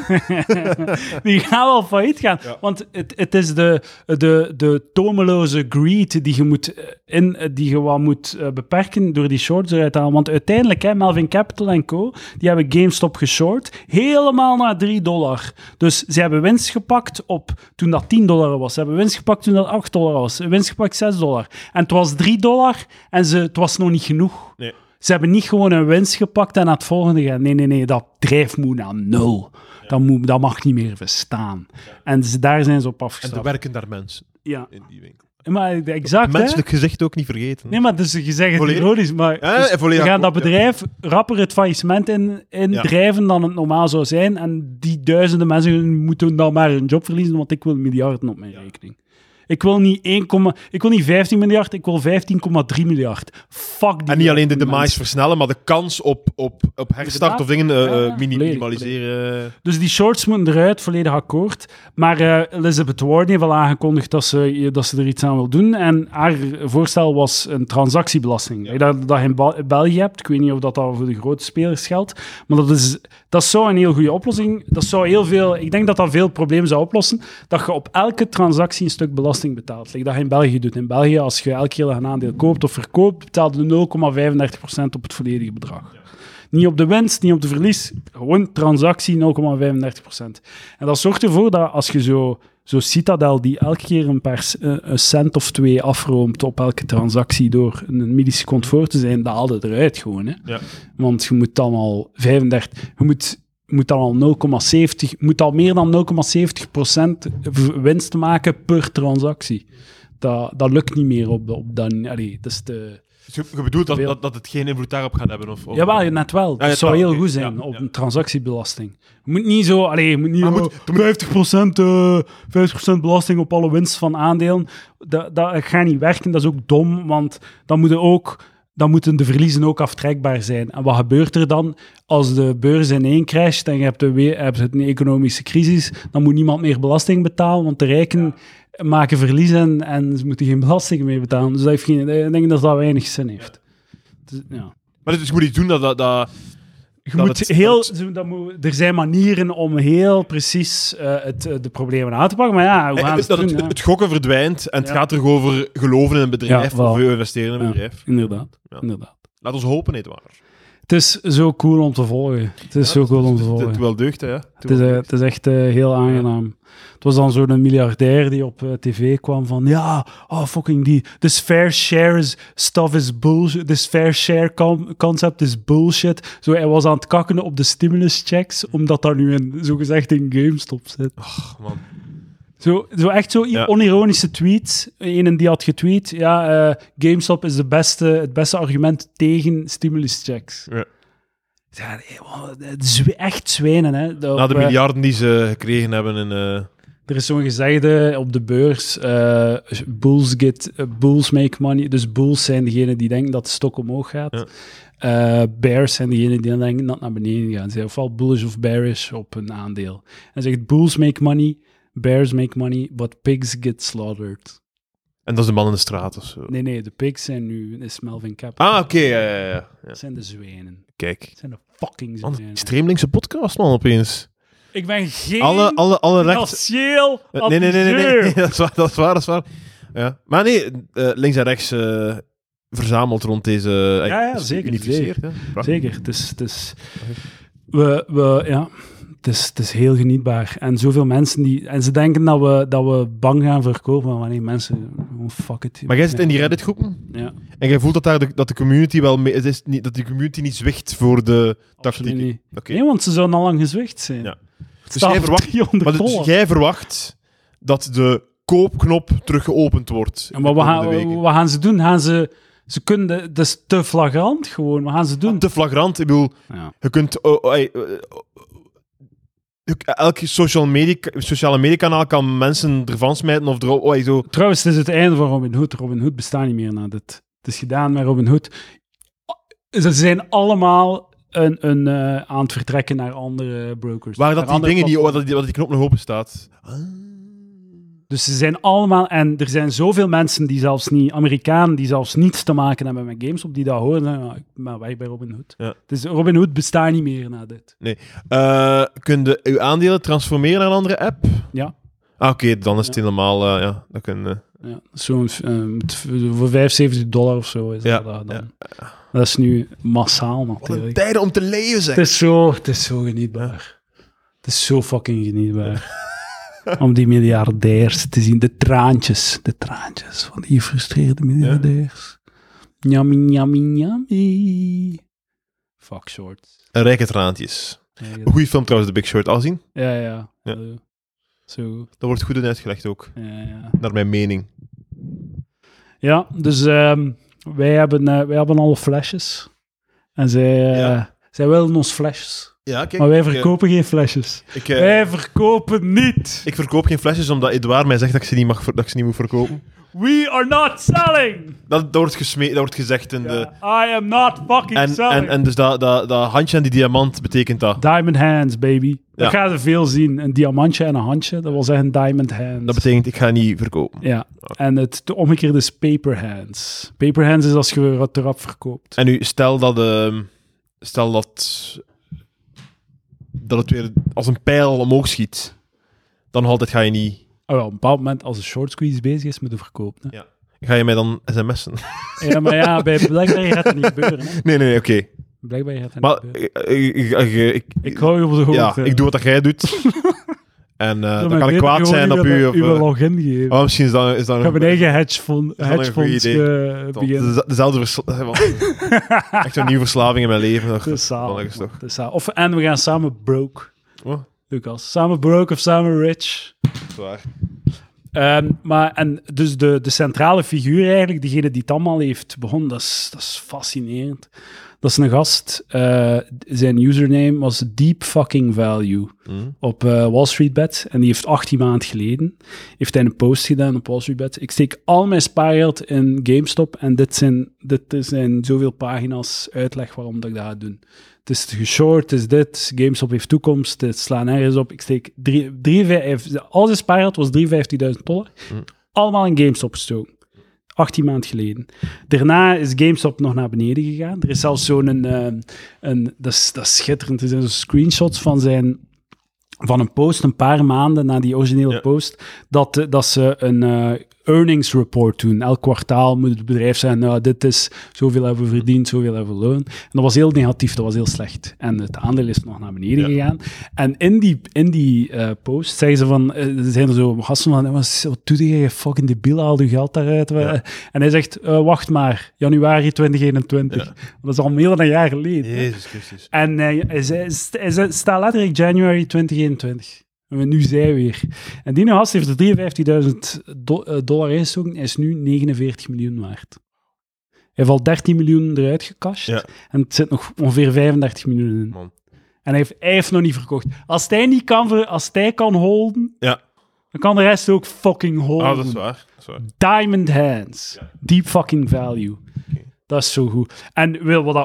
Die gaan wel failliet gaan. Ja. Want het is de tomeloze greed die je wat moet beperken door die shorts eruit te halen. Want uiteindelijk, Melvin Capital & Co., die hebben GameStop geshort, helemaal naar $3. Dus ze hebben winst gepakt toen dat $10 was. Ze hebben winst gepakt toen dat $8 was. Winst gepakt $6. En het was $3 en het was nog niet genoeg. Nee. Ze hebben niet gewoon een winst gepakt en naar het volgende gaan. Nee, dat bedrijf moet naar 0. Ja. Dat mag niet meer bestaan. Ja. En daar zijn ze op afgestapt. En er werken daar mensen in die winkel. Maar exact, menselijk gezicht ook niet vergeten. Nee, maar dus je zegt het ironisch, maar we gaan dat bedrijf rapper het faillissement in drijven dan het normaal zou zijn. En die duizenden mensen moeten dan maar hun job verliezen, want ik wil miljarden op mijn rekening. Ik wil niet 15 miljard, ik wil 15,3 miljard. Fuck die. En niet alleen de demise versnellen, maar de kans op herstart of dingen minimaliseren. Dus die shorts moeten eruit, volledig akkoord. Maar Elizabeth Warren heeft al aangekondigd dat ze er iets aan wil doen. En haar voorstel was een transactiebelasting. Ja. Dat je in België hebt. Ik weet niet of dat voor de grote spelers geldt. Maar dat zou een heel goede oplossing. Ik denk dat dat veel problemen zou oplossen. Dat je op elke transactie een stuk belasting betaalt. Dat je in België doet. In België, als je elke keer een aandeel koopt of verkoopt, betaalt je 0,35% op het volledige bedrag. Ja. Niet op de winst, niet op de verlies. Gewoon transactie 0,35%. En dat zorgt ervoor dat als je zo Citadel, die elke keer een cent of 2 afroomt op elke transactie door een milliseconde voor te zijn, dat haalt het eruit gewoon. Hè. Ja. Want je moet dan al 35... Je moet moet al meer dan 0,70% winst maken per transactie. Dat lukt niet meer op dat... Allee, dat is te... Dus je bedoelt dat het geen invloed daarop gaat hebben? Of... Jawel, net wel. Dat zou heel goed zijn op een transactiebelasting. Je moet niet zo... Allee, je moet niet 50% belasting op alle winst van aandelen. Dat gaat niet werken, dat is ook dom, want dan moeten de verliezen ook aftrekbaar zijn. En wat gebeurt er dan als de beurs ineen crasht en je hebt een economische crisis? Dan moet niemand meer belasting betalen, want de rijken maken verliezen en ze moeten geen belasting meer betalen. Dus ik denk dat dat weinig zin heeft. Dus, ja. Maar dus je moet iets doen er zijn manieren om heel precies de problemen aan te pakken, maar ja, hoe gaan ze het doen? Het gokken verdwijnt en het gaat er over geloven in een bedrijf of investeren in een bedrijf. Inderdaad. Laat ons hopen, Edouard. Het is zo cool om te volgen. Het is wel deugd, hè? Het is echt heel aangenaam. Het was dan zo'n miljardair die op tv kwam van this fair share stuff is bullshit. This fair share concept is bullshit. Zo, hij was aan het kakken op de stimulus checks, omdat daar nu zogezegd in GameStop zit. Ach, man. Zo echt onironische tweet. Een die had getweet, GameStop is het beste argument tegen stimulus checks. Ja. Ja, het is echt zwijnen, hè. Na de miljarden die ze gekregen hebben. Er is zo'n gezegde op de beurs, bulls make money. Dus bulls zijn degenen die denken dat de stok omhoog gaat. Ja. Bears zijn degenen die denken dat het naar beneden gaat. Ze zijn ofwel bullish of bearish op een aandeel. En zegt, bulls make money, bears make money, but pigs get slaughtered. En dat is de man in de straat of zo? Nee, de pigs is Melvin Capital. Ah, oké, ja. Dat zijn de zwijnen. Kijk. Dat zijn de fucking zwijnen. Man, extreem linkse podcast, man, opeens. Ik ben geen alle financieel Nee, dat is waar. Ja. Maar nee, links en rechts verzameld rond deze... zeker. Zeker. Het is heel genietbaar. En zoveel mensen en ze denken dat we bang gaan verkopen, maar nee, mensen, fuck it. Maar jij zit in die Reddit-groepen? Ja. En jij voelt dat de community wel mee... dat de community niet zwicht voor de tactiek? Okay. Nee, want ze zouden al lang gezwicht zijn. Ja. Dus jij verwacht dat de koopknop terug geopend wordt. Ja, maar wat gaan ze doen? Ze kunnen... Dat is te flagrant gewoon. Wat gaan ze doen? Te flagrant? Ik bedoel, je kunt... elk sociale mediakanaal kan mensen ervan smijten of erop... zo. Trouwens, het is het einde van Robin Hood. Robin Hood bestaat niet meer na dit. Het is gedaan met Robin Hood. Ze zijn allemaal... aan het vertrekken naar andere brokers. Waar dat die dingen niet... dat die knop nog open staat. Dus ze zijn allemaal... En er zijn zoveel mensen die zelfs niet... Amerikanen die zelfs niets te maken hebben met GameStop, die dat horen. Ik ben weg bij Robin Hood. Ja. Dus Robin Hood bestaat niet meer na dit. Nee. Kun je uw aandelen transformeren naar een andere app? Ja. Oké, dan is het helemaal... dat kun zo'n voor $75 of zo is dat dan. Ja. Dat is nu massaal natuurlijk. Wat een tijden om te leven, zeg. Het is zo genietbaar. Het is zo fucking genietbaar. Om die miljardairs te zien. De traantjes van die gefrustreerde miljardairs. Yummy. Fuck Short. Rijke traantjes. Een goede film trouwens, The Big Short. Al zien? Ja. Zo. Dat wordt goed in uitgelegd ook. Ja. Naar mijn mening. Ja, dus wij hebben alle flesjes. En zij willen ons flesjes. Ja, kijk, maar wij verkopen geen flesjes. Wij verkopen niet. Ik verkoop geen flesjes omdat Edouard mij zegt dat ik ze niet moet verkopen. We are not selling! Dat wordt gezegd in de... I am not fucking selling! En dus dat handje en die diamant betekent dat? Diamond hands, baby. Dat gaat er veel zien. Een diamantje en een handje, dat wil zeggen diamond hands. Dat betekent, ik ga niet verkopen. Ja, en de omgekeerde is paper hands. Paper hands is als je het erop verkoopt. En nu, stel dat het weer als een pijl omhoog schiet, dan altijd ga je niet... Op een bepaald moment, als de short squeeze bezig is, moet je verkopen. Hè? Ja. Ga je mij dan sms'en? Ja, maar bij Blackberry gaat het niet gebeuren. Hè? Nee, oké. Blackberry gaat het niet gebeuren. Ik hou je op de hoogte. Ja, ik doe wat jij doet. En dan kan ik kwaad zijn op u. Uw login geven. Oh, misschien is dat ik heb een eigen hedgefonds beginnen. Dezelfde echt een nieuwe verslaving in mijn leven. En we gaan samen broke. Oh. Lucas. Samen broke of samen rich. Zwaar. Dus de centrale figuur eigenlijk, degene die het allemaal heeft begonnen, dat is fascinerend. Dat is een gast, zijn username was Deep Fucking Value op Wall Street Bet. En die heeft 18 maanden geleden heeft hij een post gedaan op Wall Street Bet. Ik steek al mijn spaargeld in GameStop en dit zijn zoveel pagina's uitleg waarom dat ik dat ga doen. Het is geshort, het is dit, GameStop heeft toekomst, het slaat nergens op. Ik steek al zijn spaargeld was $53,000. Allemaal in GameStop gestoken. 18 maanden geleden. Daarna is GameStop nog naar beneden gegaan. Er is zelfs zo'n... dat is schitterend. Er zijn zo screenshots van een post een paar maanden na die originele post, dat ze een earnings report doen. Elk kwartaal moet het bedrijf zeggen, nou, dit is zoveel hebben we verdiend, zoveel hebben we loon. En dat was heel negatief, dat was heel slecht. En het aandeel is nog naar beneden gegaan. En in die post zeggen ze van, zijn er zo gasten van, wat doe je fucking debiel, haal je geld daaruit. Ja. En hij zegt, wacht maar, januari 2021. Ja. Dat is al meer dan een jaar geleden. Jezus Christus. En hij staat letterlijk January 2021. En nu zij weer. En die gast heeft er $53,000 ingestoken. Hij is nu 49 miljoen waard. Hij heeft al 13 miljoen eruit gecashed. Ja. En het zit nog ongeveer 35 miljoen in. Man. En hij heeft nog niet verkocht. Als hij kan holden, dan kan de rest ook fucking holden. Ah, dat is waar. Diamond hands. Ja. Deep fucking value. Okay. Dat is zo goed. En wat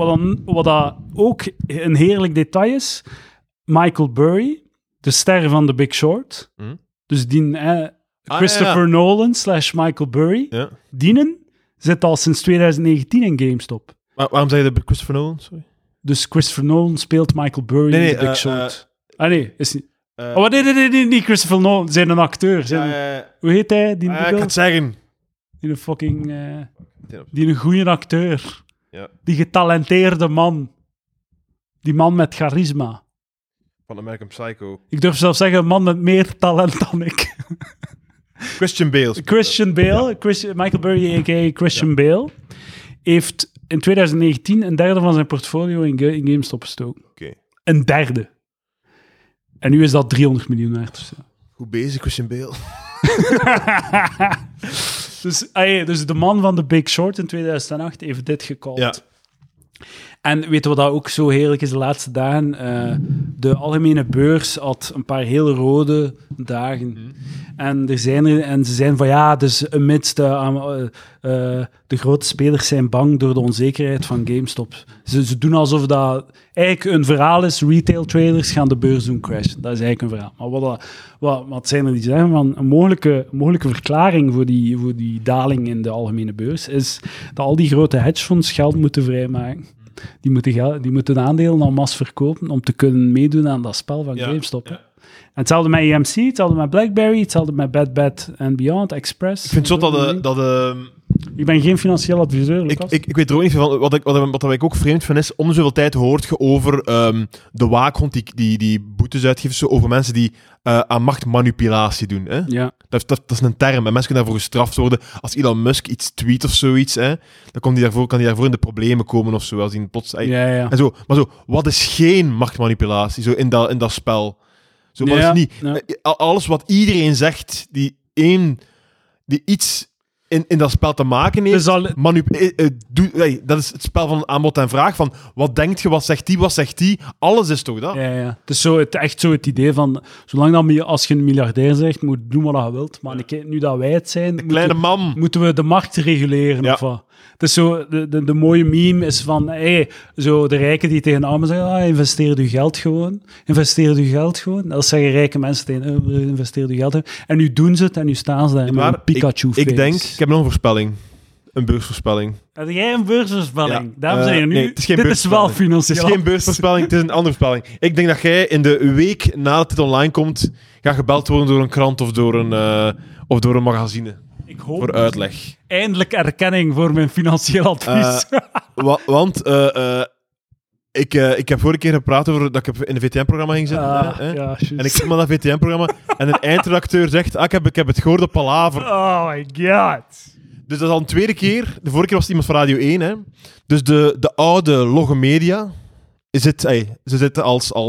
dat ook een heerlijk detail is, Michael Burry, de ster van The Big Short, dus die Christopher Nolan / Michael Burry, dienen zit al sinds 2019 in GameStop. Waarom zei je de Christopher Nolan? Sorry. Dus Christopher Nolan speelt Michael Burry in The Big Short. Is niet. Niet Christopher Nolan, zijn een acteur. Hoe heet hij? Ik kan het zeggen. Die een fucking... die een goede acteur. Ja. Die getalenteerde man. Die man met charisma. Van American Psycho. Ik durf zelfs zeggen, een man met meer talent dan ik. Christian Bale. Michael Burry, a.k.a. Christian Bale, heeft in 2019 een derde van zijn portfolio in GameStop gestoken. Okay. Een derde. En nu is dat 300 miljoen waard. Goed bezig, Christian Bale. Dus de man van The Big Short in 2008 heeft dit gecallt. Ja. En weet je wat dat ook zo heerlijk is de laatste dagen? De algemene beurs had een paar heel rode dagen. En ze zijn van dus amidst de grote spelers zijn bang door de onzekerheid van GameStop. Ze doen alsof dat eigenlijk een verhaal is. Retail traders gaan de beurs doen crashen. Dat is eigenlijk een verhaal. Maar wat zijn er die zeggen? Van een mogelijke verklaring voor die daling in de algemene beurs is dat al die grote hedgefonds geld moeten vrijmaken. Die moeten de aandelen en masse verkopen om te kunnen meedoen aan dat spel van GameStop. Ja. En hetzelfde met EMC, hetzelfde met BlackBerry, hetzelfde met Bed Bath & Beyond, Express. Ik vind het zo dat ik ben geen financieel adviseur, Lucas. Ik weet er ook niet van. Wat ik ook vreemd vind is, om de zoveel tijd hoort je over de waakhond die boetes uitgeeft, over mensen die aan machtmanipulatie doen. Hè? Ja. Dat is een term. En mensen kunnen daarvoor gestraft worden. Als Elon Musk iets tweet of zoiets, hè, dan kan hij daarvoor in de problemen komen of zo. Als hij plots, en zo. Maar wat is geen machtmanipulatie zo in dat spel? Zo, maar is niet. Ja. Alles wat iedereen zegt, die iets in dat spel te maken heeft, dat is het spel van aanbod en vraag, van wat denkt je, wat zegt die, alles is toch dat? Ja. Het is echt zo het idee van, zolang als je een miljardair zegt, moet doen wat je wilt, maar nu dat wij het zijn, moeten we de markt reguleren, of wat? Het is zo, de mooie meme is van, zo de rijken die tegen de armen zeggen, investeer je geld gewoon. Dat zeggen rijke mensen tegen, investeer je geld. En nu doen ze het en nu staan ze daar met een Pikachu-face. Ik denk, ik heb nog een voorspelling. Een beursvoorspelling. Heb jij een beursvoorspelling? Ja. Dames en heren, dit is wel financieel. Het is geen beursvoorspelling, het is een andere voorspelling. Ik denk dat jij in de week nadat het online komt, gaat gebeld worden door een krant of door een magazine. Ik hoop voor uitleg. Eindelijk erkenning voor mijn financieel advies. Want Ik heb vorige keer gepraat over dat ik in een VTM-programma ging zitten. Ja, en ik zit maar dat VTM-programma en een eindredacteur zegt, ik heb het gehoord op Palaver. Oh my god. Dus dat is al een tweede keer. De vorige keer was het iemand van Radio 1. Hè. Dus de oude Logomedia, ze zitten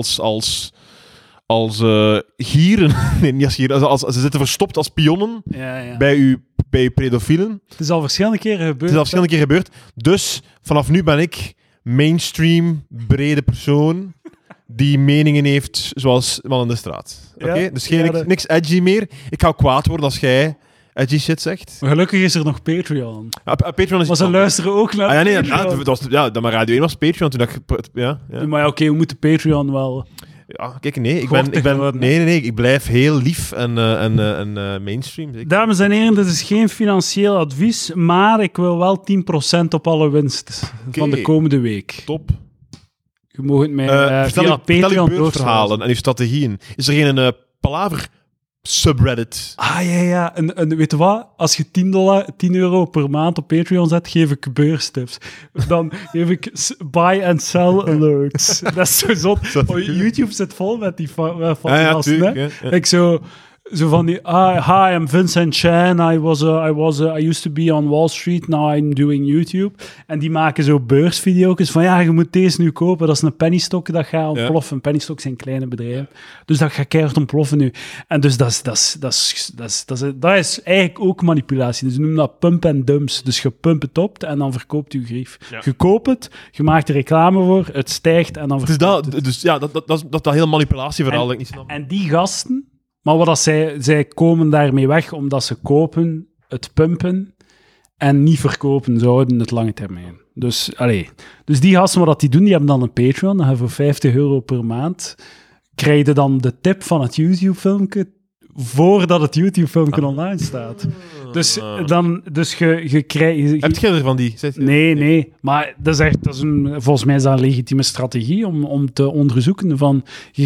als gieren. Nee, niet als gieren. Ze zitten verstopt als pionnen bij uw pedofielen. Het is al verschillende keren gebeurd. Dus vanaf nu ben ik mainstream, brede persoon die meningen heeft zoals man in de straat. Oké? Dus niks edgy meer. Ik ga kwaad worden als jij edgy shit zegt. Maar gelukkig is er nog Patreon. Patreon is... Maar ze luisteren ook naar Patreon. Maar Radio 1 was Patreon toen ik... Ja. Maar oké, we moeten Patreon wel... Ja, kijk, nee, ik blijf heel lief en mainstream. Zeker. Dames en heren, dit is geen financieel advies, maar ik wil wel 10% op alle winst van de komende week. Top. Je mag het mij via Patreon doorverhalen en uw strategieën. Is er geen Palaver subreddit? Ja. Weet je wat? Als je €10 per maand op Patreon zet, geef ik beurstips. Dan geef ik buy and sell alerts. Dat is zo zot. YouTube zit vol met die gasten. Ik zo van die, hi, I'm Vincent Chan. I used to be on Wall Street. Now I'm doing YouTube. En die maken zo beursvideo's van, je moet deze nu kopen. Dat is een pennystock, dat gaat ontploffen. Ja. Pennystock zijn kleine bedrijven. Dus dat gaat keihard ontploffen nu. En dus dat is eigenlijk ook manipulatie. Dus we noemen dat pump and dumps. Dus je pumpt het op en dan verkoopt je grief. Ja. Je koopt het, je maakt er reclame voor, het stijgt en dan verkoopt het. Dus dat heel manipulatieverhaal. En die gasten... Maar wat zij komen daarmee weg omdat ze kopen, het pumpen en niet verkopen. Ze houden het lange termijn. Dus die gasten wat die doen, die hebben dan een Patreon. Dan voor €50 per maand krijg je dan de tip van het YouTube-filmpje voordat het YouTube-filmpje online staat. Dus je krijgt... Heb je er van die? Nee. Maar volgens mij is dat een legitieme strategie om te onderzoeken van...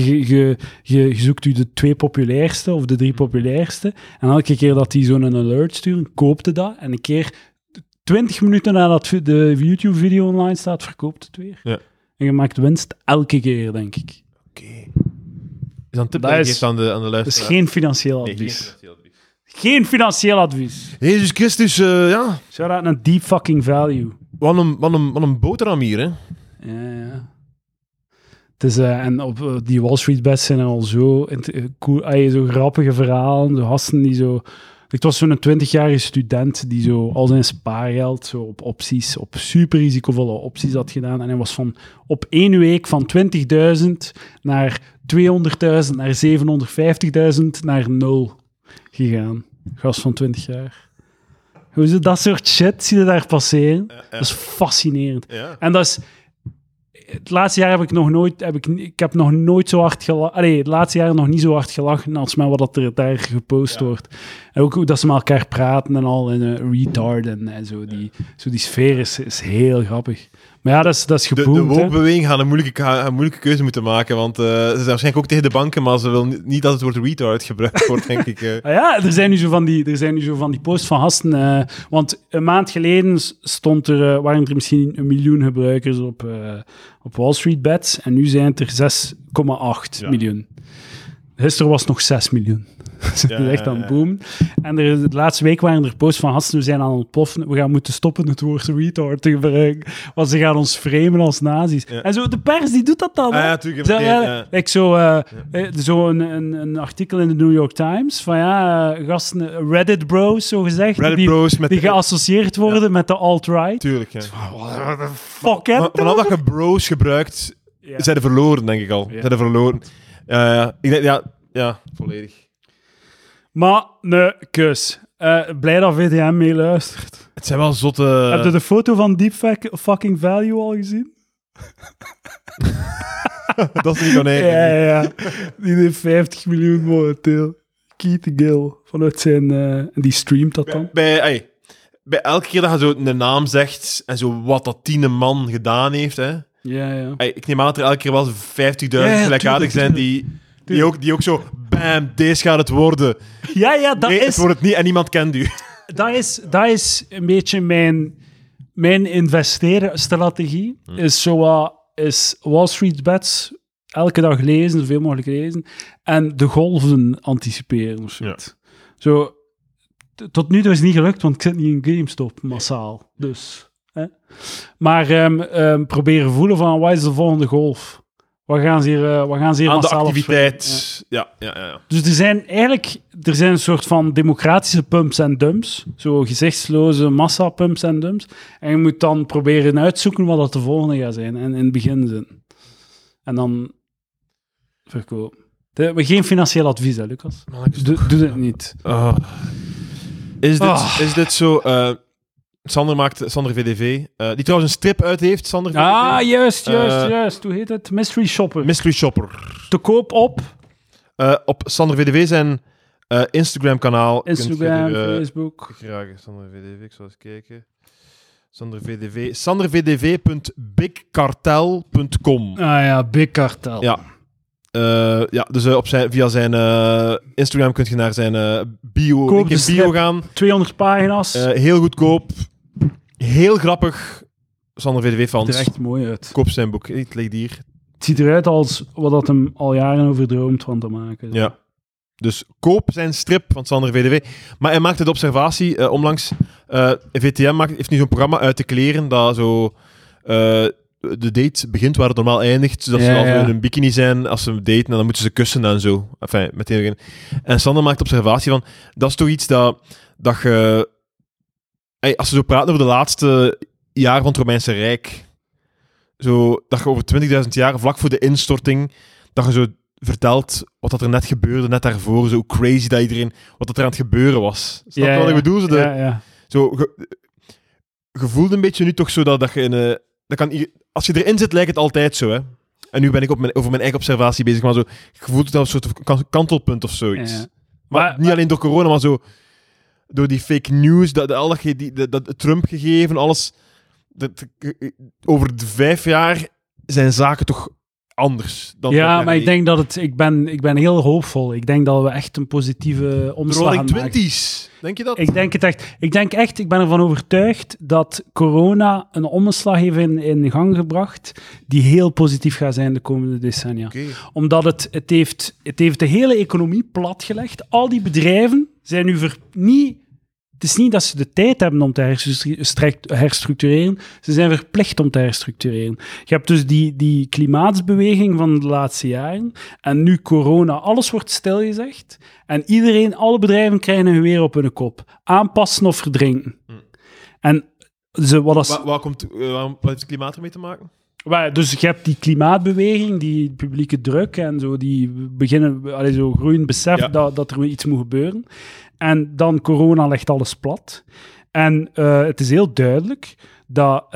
Je zoekt u de 2 populairste of de 3 populairste en elke keer dat die zo'n alert sturen, koopt je dat. En een keer 20 minuten nadat de YouTube-video online staat, verkoopt het weer. Ja. En je maakt winst elke keer, denk ik. Oké. Is dat een tip dat je geeft aan de luisteraar? Dat is geen financieel advies. Geen financieel advies. Jezus Christus, ja. Shout-out naar deep fucking value. Wat een boterham hier, hè. Ja. Het is, en op die Wall Street bets zijn er al zo cool, zo grappige verhalen. Zo gasten die zo... Het was zo'n 20-jarige student die zo al zijn spaargeld zo op opties, op super risicovolle opties had gedaan. En hij was op 1 week van 20.000 naar 200.000 naar 750.000 naar 0 gegaan. Gast van 20 jaar. Hoe is het, dat soort shit zie je daar passeren? Dat is fascinerend. Ja. En dat is... Het laatste jaar heb nog nooit zo hard gelachen. Het laatste jaar nog niet zo hard gelachen als met wat er daar gepost wordt. En ook hoe dat ze met elkaar praten en al. En retard en zo. Die sfeer is heel grappig. Maar ja, dat is geboomd. De woke-beweging gaat een moeilijke keuze moeten maken. Want ze zijn waarschijnlijk ook tegen de banken, maar ze willen niet dat het woord retard gebruikt wordt, denk ik. Er zijn nu zo van die posts van gasten. Want een maand geleden waren er misschien 1 miljoen gebruikers op Wall Street bets. En nu zijn het er 6,8 miljoen. Gisteren was het nog 6 miljoen. Ze zijn echt aan het boomen. En de laatste week waren er posts van gasten, we zijn aan het ontploffen, we gaan moeten stoppen het woord retard te gebruiken, want ze gaan ons framen als nazi's. Ja. En zo, de pers, die doet dat dan. Ja, natuurlijk. Zo een artikel in de New York Times van gasten, Reddit-bros, zo gezegd, die geassocieerd worden met de alt-right. Tuurlijk, ja. What the fuck, vanaf dat je bros gebruikt, zijn er verloren, denk ik al. Ja. Zijn er verloren. Ik denk, ja, volledig. Maar, nee, kus. Blij dat VTM meeluistert. Het zijn wel zotte... Heb je de foto van Deep Fucking Value al gezien? Dat is niet van eigen. Ja. Die heeft 50 miljoen momenteel. Keith Gill, vanuit zijn... die streamt dat dan. Bij elke keer dat je zo een naam zegt en zo wat dat 10 man gedaan heeft, hè. Ja. Ik neem aan dat er elke keer wel 50.000 gelijkaardig zijn die ook zo, bam, deze gaat het worden. Ja, dat is... het wordt het niet en niemand kent u. Dat is een beetje mijn investeerstrategie. Is zo is Wall Street Bets elke dag lezen, zoveel mogelijk lezen, en de golven anticiperen of zoiets. Ja. Zo, tot nu toe is het niet gelukt, want ik zit niet in GameStop massaal. Dus, hè. Maar proberen voelen van, wat is de volgende golf? Wat gaan ze hier aan massaal de activiteit. Ja. Dus er zijn een soort van democratische pumps en dumps. Zo gezichtsloze massa-pumps en dumps. En je moet dan proberen uitzoeken wat dat de volgende gaat zijn. En in het begin zitten. En dan verkopen. We geen financieel advies, hè, Lucas? Doe dit niet. Is dit zo... Sander VDV, die trouwens een strip uit heeft, Sander VDV. Juist. Hoe heet het? Mystery Shopper. Te koop op Sander VDV zijn Instagram-kanaal. Facebook. Graag, Sander VDV, ik zal eens kijken. Sander VDV. sandervdv.bigcartel.com. Big Cartel. Dus via zijn Instagram kun je naar zijn bio gaan. 200 pagina's. Heel goedkoop. Heel grappig. Sander VDV-fans. Het ziet er echt mooi uit. Koop zijn boek. Het ligt hier. Het ziet eruit als wat dat hem al jaren over droomt van te maken. Zo. Ja. Dus koop zijn strip van Sander VDV. Maar hij maakte de observatie onlangs. VTM heeft nu zo'n programma uit de kleren dat zo... de date begint waar het normaal eindigt. Zodat ze al in een bikini zijn als ze daten en dan moeten ze kussen en zo. Enfin, meteen. En Sander maakt observatie van... Dat is toch iets dat je... als we zo praten over de laatste jaren van het Romeinse Rijk... Zo, dat je over 20.000 jaar, vlak voor de instorting... Dat je zo vertelt wat dat er net gebeurde, net daarvoor. Zo crazy dat iedereen... Wat dat er aan het gebeuren was. Snap je wat ik bedoel? Zo, je voelt een beetje nu toch zo dat je in... Dat kan, als je erin zit, lijkt het altijd zo, hè. En nu ben ik over mijn eigen observatie bezig, maar zo, je voelt het als een soort kantelpunt of zoiets. Ja. Maar niet alleen door corona, maar zo door die fake news, dat Trump gegeven, alles. Over de 5 jaar zijn zaken toch anders. Dan maar ik denk dat ik ben heel hoopvol. Ik denk dat we echt een positieve omslag gaan maken. Rolling 20's, denk je dat? Ik denk het echt. Ik ben ervan overtuigd dat corona een omslag heeft in gang gebracht die heel positief gaat zijn de komende decennia. Okay. Omdat het heeft de hele economie platgelegd. Al die bedrijven zijn nu niet... Het is niet dat ze de tijd hebben om te herstructureren. Ze zijn verplicht om te herstructureren. Je hebt dus die klimaatsbeweging van de laatste jaren. En nu corona, alles wordt stilgezegd. En alle bedrijven krijgen een geweer op hun kop. Aanpassen of verdrinken. En wat heeft het klimaat ermee te maken? Dus je hebt die klimaatbeweging, die publieke druk en zo, die beginnen, zo groeiend besef dat er iets moet gebeuren. En dan corona legt alles plat. En het is heel duidelijk dat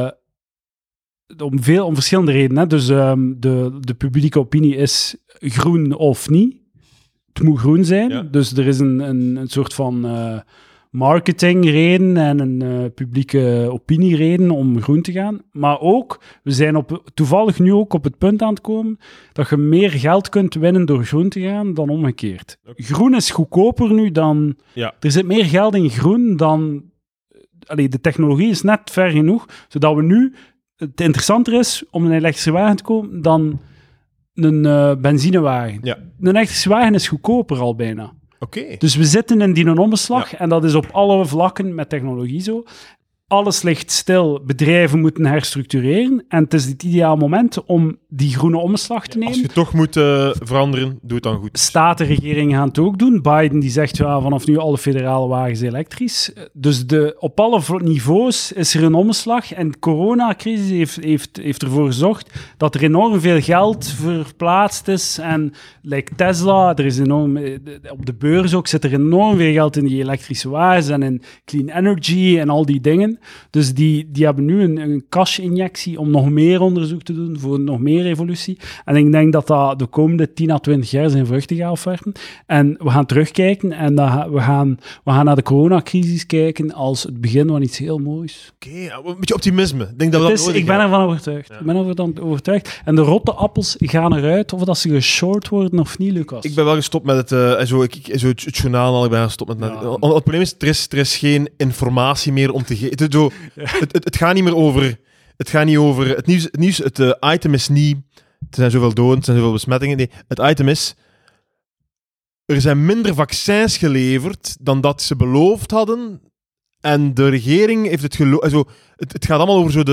om verschillende redenen, hè, dus de publieke opinie is groen of niet. Het moet groen zijn. Ja. Dus er is een soort van marketingreden en een publieke opinereden om groen te gaan. Maar ook, we zijn toevallig nu ook op het punt aan het komen dat je meer geld kunt winnen door groen te gaan dan omgekeerd. Okay. Groen is goedkoper nu dan... Ja. Er zit meer geld in groen dan... de technologie is net ver genoeg, zodat we nu... Het interessanter is om een elektrische wagen te kopen dan een benzinewagen. Ja. Een elektrische wagen is goedkoper al bijna. Okay. Dus we zitten in die omslag en dat is op alle vlakken met technologie zo. Alles ligt stil, bedrijven moeten herstructureren en het is het ideaal moment om die groene omslag te nemen. Als je toch moet veranderen, doe het dan goed. Statenregeringen gaan het ook doen. Biden die zegt vanaf nu alle federale wagens elektrisch. Dus op alle niveaus is er een omslag en de coronacrisis heeft ervoor gezorgd dat er enorm veel geld verplaatst is en Tesla, er is enorm, op de beurs ook zit er enorm veel geld in die elektrische wagens en in clean energy en al die dingen. Dus die hebben nu een cash-injectie om nog meer onderzoek te doen, voor nog meer evolutie. En ik denk dat de komende 10 à 20 jaar zijn vruchten gaat afwerpen. En we gaan terugkijken en we gaan naar de coronacrisis kijken als het begin van iets heel moois. Oké, een beetje optimisme. Ik denk dat ik ben ervan overtuigd. Ja. Ik ben ervan overtuigd. En de rotte appels gaan eruit, of dat ze geshort worden of niet, Lucas. Ik ben wel gestopt met het journaal al. Ik ben gestopt met het probleem is, er is geen informatie meer om te geven. Het gaat niet meer over het gaat niet over... Het nieuws, het item is niet... Er zijn zoveel doden, er zijn zoveel besmettingen. Nee, het item is... Er zijn minder vaccins geleverd dan dat ze beloofd hadden. En de regering heeft het geloofd... Het gaat allemaal over zo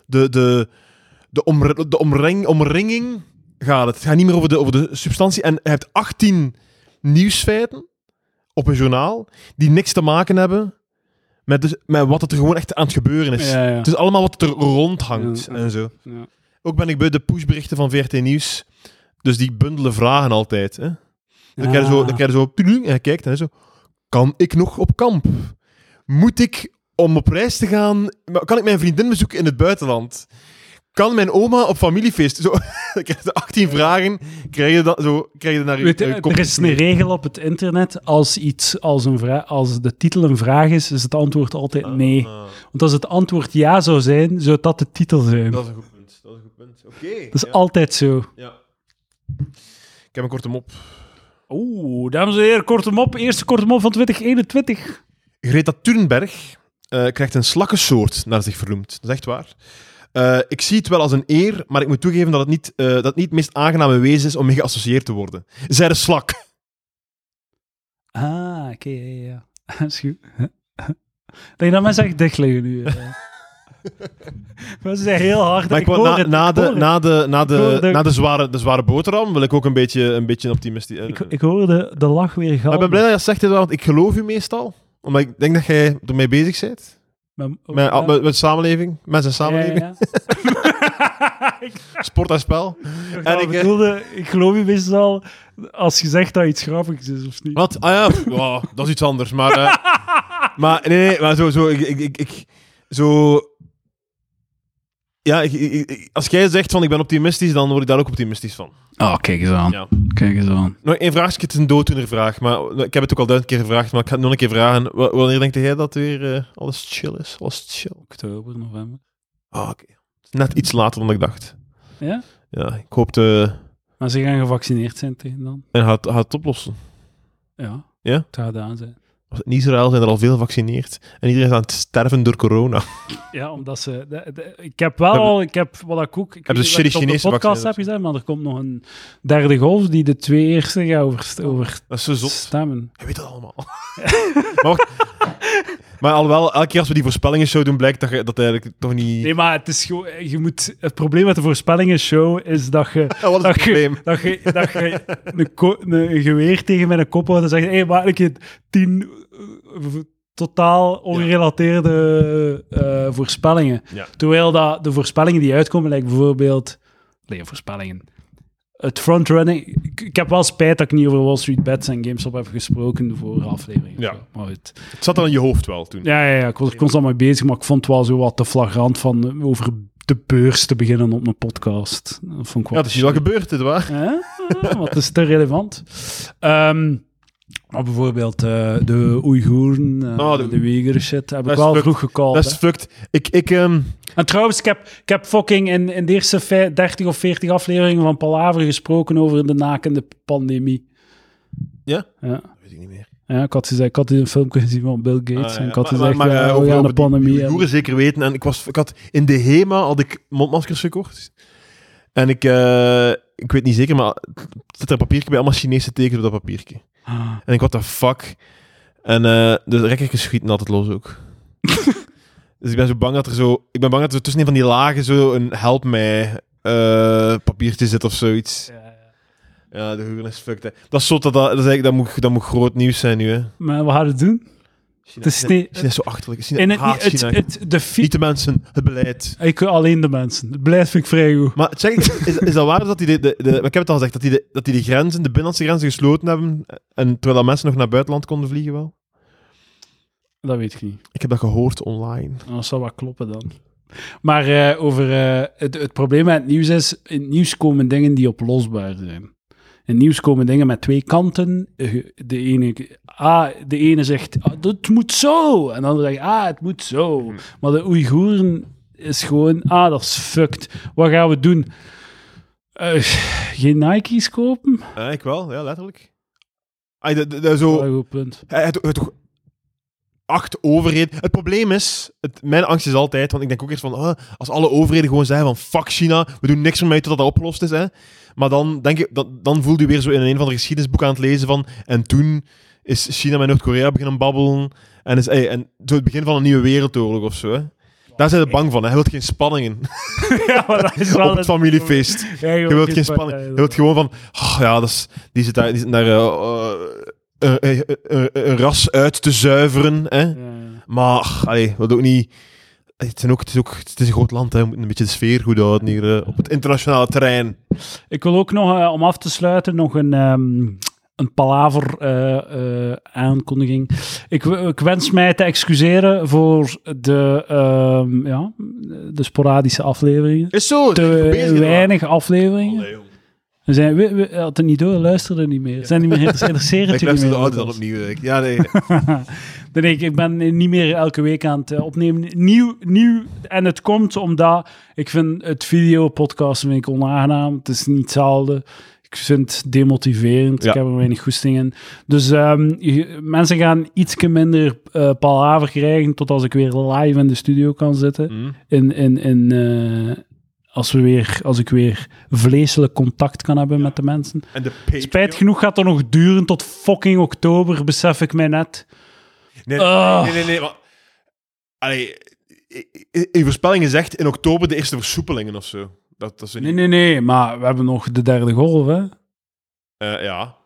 de omringing. Het gaat niet meer over de substantie. En je hebt 18 nieuwsfeiten op een journaal die niks te maken hebben met wat er gewoon echt aan het gebeuren is. Ja. Het is allemaal wat er rondhangt en zo. Ja. Ook ben ik bij de pushberichten van VRT Nieuws. Dus die bundelen vragen altijd. Hè. Dan krijg je zo en je kijkt en zo. Kan ik nog op kamp? Moet ik om op reis te gaan... Kan ik mijn vriendin bezoeken in het buitenland? Kan mijn oma op familiefeest? Zo, dan krijg je 18 vragen, krijg je naar je kop. Er is een regel op het internet, als de titel een vraag is het antwoord altijd nee. Want als het antwoord ja zou zijn, zou dat de titel zijn. Dat is een goed punt. Oké. Dat is altijd zo. Ja. Ik heb een korte mop. Oeh, dames en heren, korte mop. Eerste korte mop van 2021. Greta Thunberg krijgt een slakkensoort naar zich vernoemd. Dat is echt waar. Ik zie het wel als een eer, maar ik moet toegeven dat het niet het meest aangename wezen is om mee geassocieerd te worden. Zij de slak. Ah, oké, ja. Dat is goed. Dat je dat mensen echt dicht liggen nu. Maar ze zijn heel hard. Maar na de zware boterham wil ik ook een beetje optimistisch... Ik hoorde de lach weer gaan. Ik ben blij dat je dat zegt, want ik geloof u meestal. Omdat ik denk dat jij ermee bezig bent. Met samenleving. Met zijn samenleving. Ja. Sport en spel. Ik geloof je meestal als je zegt dat iets grappigs is, of niet? Wat? Ah ja, wow, dat is iets anders. Maar, maar als jij zegt van ik ben optimistisch, dan word ik daar ook optimistisch van. Oh, kijk eens aan. Ja. Kijk eens aan. Nog één vraagje, het is een dooddoenervraag, maar ik heb het ook al 1000 keer gevraagd, maar ik ga het nog een keer vragen. Wanneer denk jij dat weer alles chill is? Oktober, november. Ah, oké. Net iets later dan ik dacht. Ja? Ja, ik hoopte... Maar ze gaan gevaccineerd zijn tegen dan? En gaat het oplossen? Ja. Ja? Het gaat gedaan zijn. In Israël zijn er al veel gevaccineerd. En iedereen is aan het sterven door corona. Ja, omdat ze... Ik heb wel al... Ik heb wat ik ook... Ik heb weet de niet of ik het op de podcast heb gezegd, maar er komt nog een derde golf die de 2 eerste gaat over dat is zo zot. stemmen. Je weet dat allemaal. Maar alhoewel, elke keer als we die voorspellingenshow doen, blijkt dat eigenlijk toch niet... Nee, maar het is gewoon... Het probleem met de voorspellingenshow is dat je... Wat is het probleem? Dat je een geweer tegen met een kop houdt en zegt, hey, maak ik 10 totaal ongerelateerde voorspellingen. Ja. Terwijl dat de voorspellingen die uitkomen, lijkt bijvoorbeeld... Nee, voorspellingen. Het frontrunning... Ik heb wel spijt dat ik niet over Wall Street Bets en GameStop heb gesproken de vorige aflevering. Ja. Maar het zat al in je hoofd wel toen. Ja, ik was constant mee bezig, maar ik vond het wel zo wat te flagrant van over de beurs te beginnen op een podcast. Dat vond ik wel... Ja, dat is wel gebeurd, dit waar. Ja, wat is te relevant. Maar bijvoorbeeld de Oeigoeren, de Uyghur shit, heb ik wel vroeg gecallt. Dat is fucked. En trouwens, ik heb fucking in de eerste 30 of 40 afleveringen van Palaver gesproken over de nakende pandemie. Ja? Ja. Dat weet ik niet meer. Ja, ik had een filmpje gezien van Bill Gates en ik had gezegd, over de pandemie. De Oeigoeren zeker weten. En ik had in de HEMA had ik mondmaskers gekocht. En ik weet niet zeker, maar er zit er een papiertje bij, allemaal Chinese tekens op dat papiertje. En ik, what the fuck? En de rekker geschieten altijd los ook. Dus ik ben zo bang dat er tussen een van die lagen zo een help mij papiertje zit of zoiets. Ja, de huur is fucked. Hè. Dat is zo dat moet groot nieuws zijn nu. Hè. Maar wat gaan we doen? China is zo achterlijk. China, niet de mensen, het beleid. Alleen de mensen. Het beleid vind ik vrij goed. Maar is dat waar dat die ik heb het al gezegd, dat die de grenzen, de binnenlandse grenzen gesloten hebben, en terwijl dat mensen nog naar het buitenland konden vliegen wel? Dat weet ik niet. Ik heb dat gehoord online. Dat zou wel kloppen dan. Maar over het probleem met het nieuws is, in het nieuws komen dingen die oplosbaar zijn. In het nieuws komen dingen met 2 kanten. De ene zegt, het moet zo. En de andere zegt, het moet zo. Maar de Oeigoeren is gewoon, dat is fucked. Wat gaan we doen? Geen Nike's kopen? Ik wel, ja, letterlijk. Dat is een goed punt. 8 overheden... Het probleem is... Mijn angst is altijd... Want ik denk ook eerst van... als alle overheden gewoon zeggen van... Fuck China, we doen niks meer mee totdat dat opgelost is. Hè. Maar dan denk ik... Dan voel je weer zo in een van de geschiedenisboek aan het lezen van... En toen is China met Noord-Korea beginnen babbelen. En zo het begin van een nieuwe wereldoorlog of zo. Hè. Daar zijn ze bang van. Hè. Je wilt geen spanningen. Ja, maar dat is wel op het familiefeest. Ja, je wilt geen spanning. Je wilt gewoon van... Die zitten daar een ras uit te zuiveren. Hè. Ja. Maar, wat ook niet... Het is een groot land, hè. We moeten een beetje de sfeer goed houden hier op het internationale terrein. Ik wil ook nog, om af te sluiten, nog een palaver aankondiging. Ik wens mij te excuseren voor de sporadische afleveringen. Is zo. Te weinig afleveringen. Allee, we had het niet door, luisterde niet meer. Zijn niet meer geïnteresseerd. Ik luister de audio dan opnieuw. Ja, nee. Nee, ik ben niet meer elke week aan het opnemen. Nieuw. En het komt omdat ik vind het videopodcasten onaangenaam. Het is niet hetzelfde. Ik vind het demotiverend. Ja. Ik heb er weinig goesting in. Dus mensen gaan ietsje minder palaver krijgen tot als ik weer live in de studio kan zitten. Als ik weer vleeselijk contact kan hebben met de mensen. En spijt genoeg gaat het nog duren tot fucking oktober, besef ik mij net. Nee. Maar, je voorspellingen zegt in oktober de eerste versoepelingen of zo. Dat is niet... Nee, maar we hebben nog de derde golf, hè? Ja.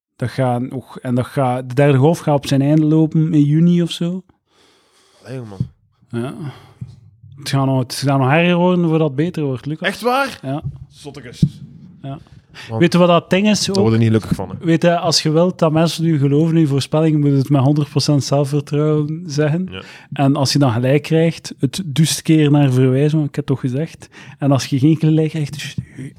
De derde golf gaat op zijn einde lopen in juni of zo. Allee, man. Ja. Het gaat nog erger worden voordat het beter wordt, Lucas. Echt waar? Ja. Zottekes. Ja. Weet je wat dat ding is? Daar word je niet gelukkig van. Hè? Weet je, als je wilt dat mensen nu geloven in je voorspellingen, moet je het met 100% zelfvertrouwen zeggen. Ja. En als je dan gelijk krijgt, het duist keer naar verwijzen, want ik heb het toch gezegd. En als je geen gelijk krijgt, dus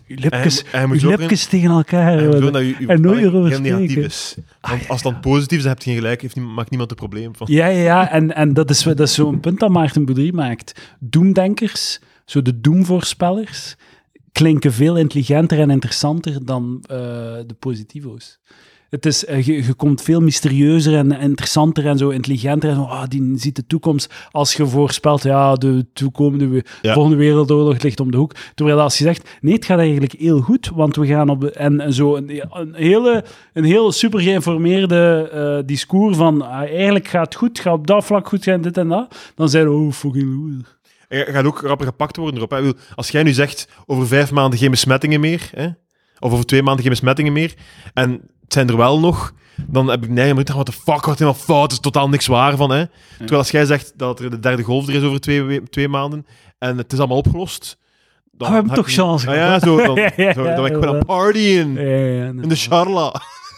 je lipjes tegen elkaar. En nooit erover spreken. Negatief is. Want als het dan positief is, heb je geen gelijk, maakt niemand een probleem van. Ja, en dat is zo'n punt dat Maarten Boudry maakt. Doemdenkers, zo de doemvoorspellers, klinken veel intelligenter en interessanter dan de positivo's. Het is, je komt veel mysterieuzer en interessanter en zo intelligenter. En die ziet de toekomst. Als je voorspelt, de volgende wereldoorlog ligt om de hoek. Terwijl als je zegt, nee, het gaat eigenlijk heel goed, want we gaan op... En zo een heel super geïnformeerde discours van eigenlijk gaat het goed, gaat op dat vlak goed gaan, dit en dat. Dan zijn we, fucking loser. Je gaat ook rapper gepakt worden erop. Hè? Als jij nu zegt, over 5 maanden geen besmettingen meer, hè? Of over 2 maanden geen besmettingen meer, en het zijn er wel nog, dan heb ik neiging, what the fuck, wat helemaal fout, er is totaal niks waar van. Hè? Ja. Terwijl als jij zegt dat er de derde golf er is over 2 maanden, en het is allemaal opgelost, dan we hebben toch chance gehad. Dan ben ik gewoon aan partyen in de Charla.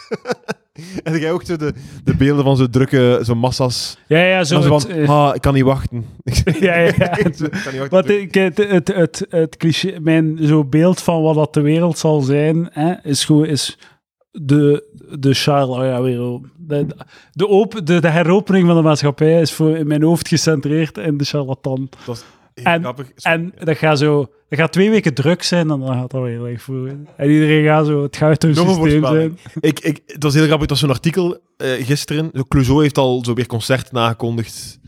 En jij ook zo de beelden van zo'n drukke, zo'n massa's. Ja, zo van, ik kan niet wachten. Ja. Ik kan niet wachten. Het cliché, mijn zo'n beeld van wat dat de wereld zal zijn, is de Charla. De heropening van de maatschappij is in mijn hoofd gecentreerd in de charlatan. Dat is grappig. En dat gaat 2 weken druk zijn en dan gaat dat weer weg voor. En iedereen gaat zo, het gaat een systeem zijn. Het was heel grappig, het was zo'n artikel gisteren. Clouseau heeft al zo weer concerten aangekondigd.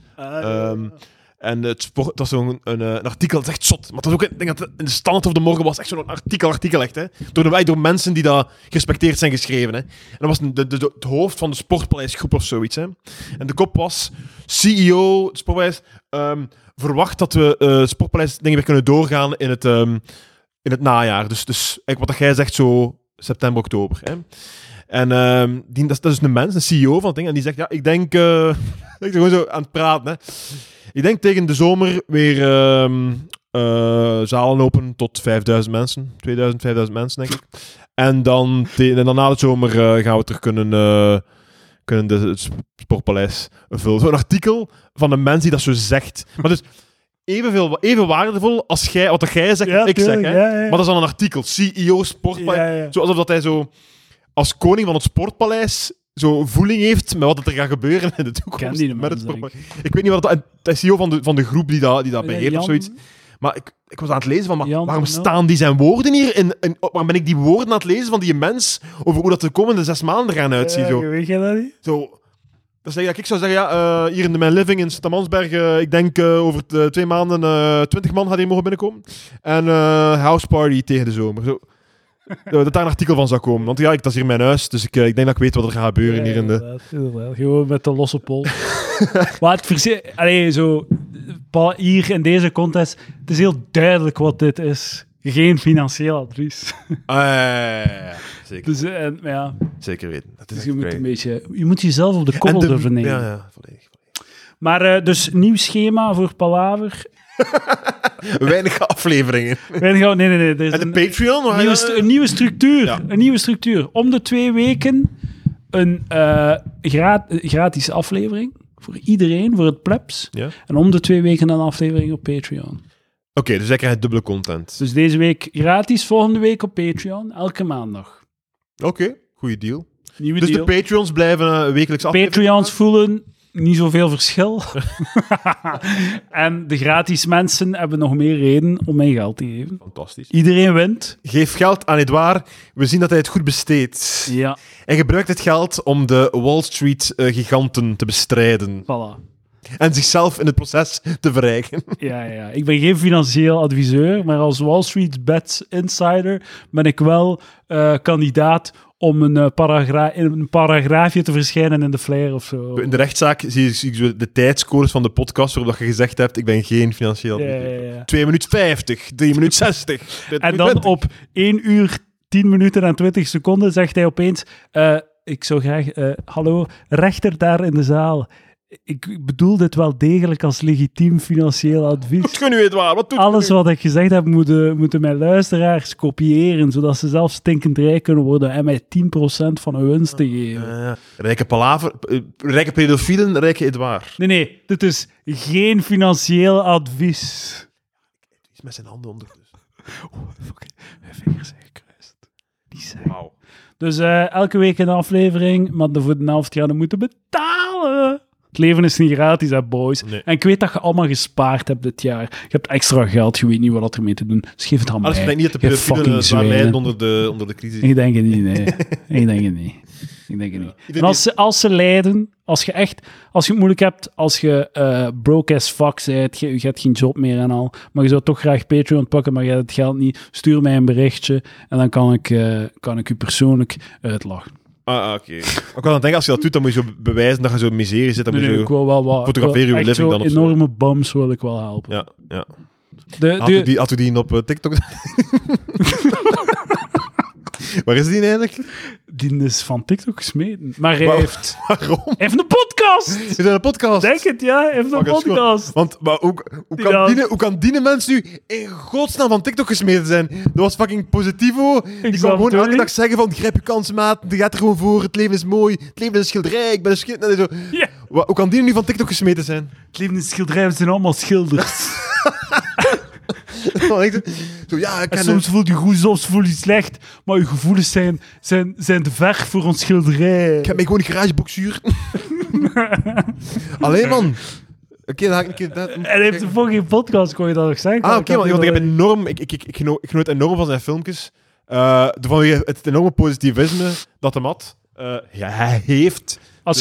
En het was zo'n een artikel, dat is echt zot. Maar het was ook, ik denk dat in de Standaard of de Morgen was echt zo'n artikel echt, hè. Door mensen die dat gerespecteerd zijn geschreven, hè. En dat was het hoofd van de Sportpaleisgroep of zoiets, hè. En de kop was, CEO, Sportpaleis, verwacht dat we Sportpaleis dingen weer kunnen doorgaan in het najaar. Dus eigenlijk wat jij zegt, zo september, oktober, hè. En dat is een mens, een CEO van het ding, en die zegt, ja, ik denk... ik gewoon zo aan het praten, hè. Ik denk tegen de zomer weer zalen open tot 5000 mensen. 2000, 5000 mensen, denk ik. En dan na de zomer gaan we terug kunnen het Sportpaleis vullen. Zo'n artikel van een mens die dat zo zegt. Maar dus even waardevol als wat jij zegt, ja, ik zeg. Hè? Ja. Maar dat is dan een artikel. CEO Sportpaleis. Ja. Zo, alsof dat hij zo als koning van het Sportpaleis... zo voeling heeft met wat er gaat gebeuren in de toekomst. Ik weet niet wat dat is CEO van de groep die dat beheert of zoiets. Maar ik was aan het lezen van, waarom staan die zijn woorden hier? Waarom ben ik die woorden aan het lezen van die mens over hoe dat de komende 6 maanden er gaan uitzien? Weet je dat niet? Zo, Ik zou zeggen, hier in mijn living in Sint-Amansberg, ik denk over 2 maanden 20 man gaat hier mogen binnenkomen. En house party tegen de zomer. Zo. Dat daar een artikel van zou komen. Want dat is hier mijn huis, dus ik denk dat ik weet wat er gaat gebeuren hier in de... Inderdaad. Gewoon met de losse pol. Maar hier in deze contest, het is heel duidelijk wat dit is. Geen financieel advies. Zeker. Dus, zeker weten. Dat is dus je moet jezelf op de korrel durven nemen. Ja, volledig. Maar dus nieuw schema voor Palaver. Weinig afleveringen. Nee. Er is en de Patreon? Een nieuwe structuur. Ja. Een nieuwe structuur. Om de 2 weken een gratis aflevering. Voor iedereen, voor het plebs. Ja. En om de 2 weken een aflevering op Patreon. Oké, dus jij krijgt dubbele content. Dus deze week gratis, volgende week op Patreon. Elke maandag. Oké, goede deal. Nieuwe dus deal. de Patreons blijven wekelijks afleveren? Patreons voelen niet zoveel verschil. En de gratis mensen hebben nog meer reden om mij geld te geven. Fantastisch. Iedereen wint. Geef geld aan Edouard. We zien dat hij het goed besteedt. Ja. Hij gebruikt het geld om de Wall Street giganten te bestrijden. Voilà. En zichzelf in het proces te verrijken. Ja. Ik ben geen financieel adviseur, maar als Wall Street Bets Insider ben ik wel kandidaat om een paragraafje te verschijnen in de Flyer of zo. In de rechtszaak zie ik zo de tijdscores van de podcast waarop je gezegd hebt, ik ben geen financieel adviseur. Ja. 2 minuten 50, 3 minuten 60. En dan op 1 uur, 10 minuten en 20 seconden zegt hij opeens, ik zou graag, hallo, rechter daar in de zaal. Ik bedoel dit wel degelijk als legitiem financieel advies. Wat kun je, Edouard? Wat doet Alles wat ik gezegd heb, moeten mijn luisteraars kopiëren, zodat ze zelf stinkend rijk kunnen worden en mij 10% van hun winst te geven. Rijke palaver, rijke pedofielen, rijke Edouard. Nee, dit is geen financieel advies. Hij is met zijn handen onder. Mijn vingers zijn gekruist. Die zijn. Wauw. Dus elke week een aflevering, maar voor de helft gaan we moeten betalen. Het leven is niet gratis, hè, boys. Nee. En ik weet dat je allemaal gespaard hebt dit jaar. Je hebt extra geld, je weet niet wat ermee te doen. Dus geef het aan mij. Als je denkt niet dat de pedofielen zwaar lijden onder de crisis. Ik denk het niet, nee. Ik denk het niet. En als ze lijden, als je het moeilijk hebt, als je broke as fuck bent, je hebt geen job meer en al, maar je zou toch graag Patreon pakken, maar je hebt het geld niet, stuur mij een berichtje en dan kan ik u persoonlijk uitlachen. Oké. Ik kan dan denken, als je dat doet, dan moet je zo bewijzen dat je zo in miserie zit. Dan moet je ik wil wel wat. fotograferen je living dan of zo. Enorme bums wil ik wel helpen. Ja. Had u die op TikTok? Waar is die eigenlijk? Die is van TikTok gesmeten. Maar hij Waarom? Hij heeft een podcast! Is dat een podcast? Denk het, ja. Hij heeft een podcast. Maar hoe kan die mensen nu in godsnaam van TikTok gesmeten zijn? Dat was fucking Positivo. Die kwam gewoon elke dag zeggen van, grijp je kans, maat. Die gaat er gewoon voor. Het leven is mooi. Het leven is een schilderij. Ik ben een schilder. Zo. Yeah. Hoe kan die nu van TikTok gesmeten zijn? Het leven is een schilderij. We zijn allemaal schilders. Zo, ja, soms voel je goed, soms voel je slecht, maar je gevoelens zijn te ver voor ons schilderij. Ik heb mij gewoon een garageboxuur. Alleen man. Oké, dan ga ik een keer dat... En hij heeft een fucking podcast, kon je dat nog zeggen? Oké, want ik heb enorm... Ik genoot enorm van zijn filmpjes. Vanwege het enorme positivisme dat hem had. Hij heeft...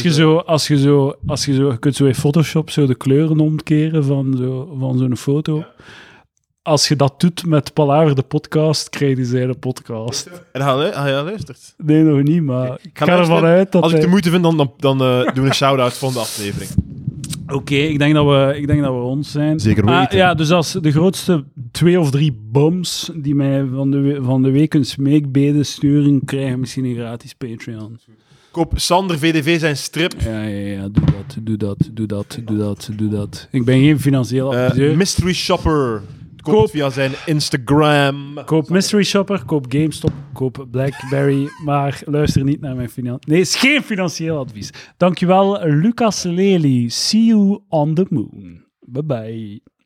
Je kunt zo in Photoshop zo de kleuren omkeren van zo'n foto. Ja. Als je dat doet met Palaver de podcast, krijg je zijn podcast. En hij luistert? Nee, nog niet, maar ik ga ervan uit dat als ik de moeite vind, dan doen we een shout-out van de aflevering. Oké, ik denk dat we rond zijn. Zeker weten. Ja, dus als de grootste 2 of 3 bums die mij van de week een smeekbede sturen, krijgen misschien een gratis Patreon. Koop Sander VDV zijn strip. Ja, doe dat. Ik ben geen financieel adviseur. Mystery Shopper. Koop via zijn Instagram. Koop Mystery Shopper, koop GameStop, koop BlackBerry, maar luister niet naar mijn financieel... Nee, het is geen financieel advies. Dankjewel, Lucas Lely. See you on the moon. Bye-bye.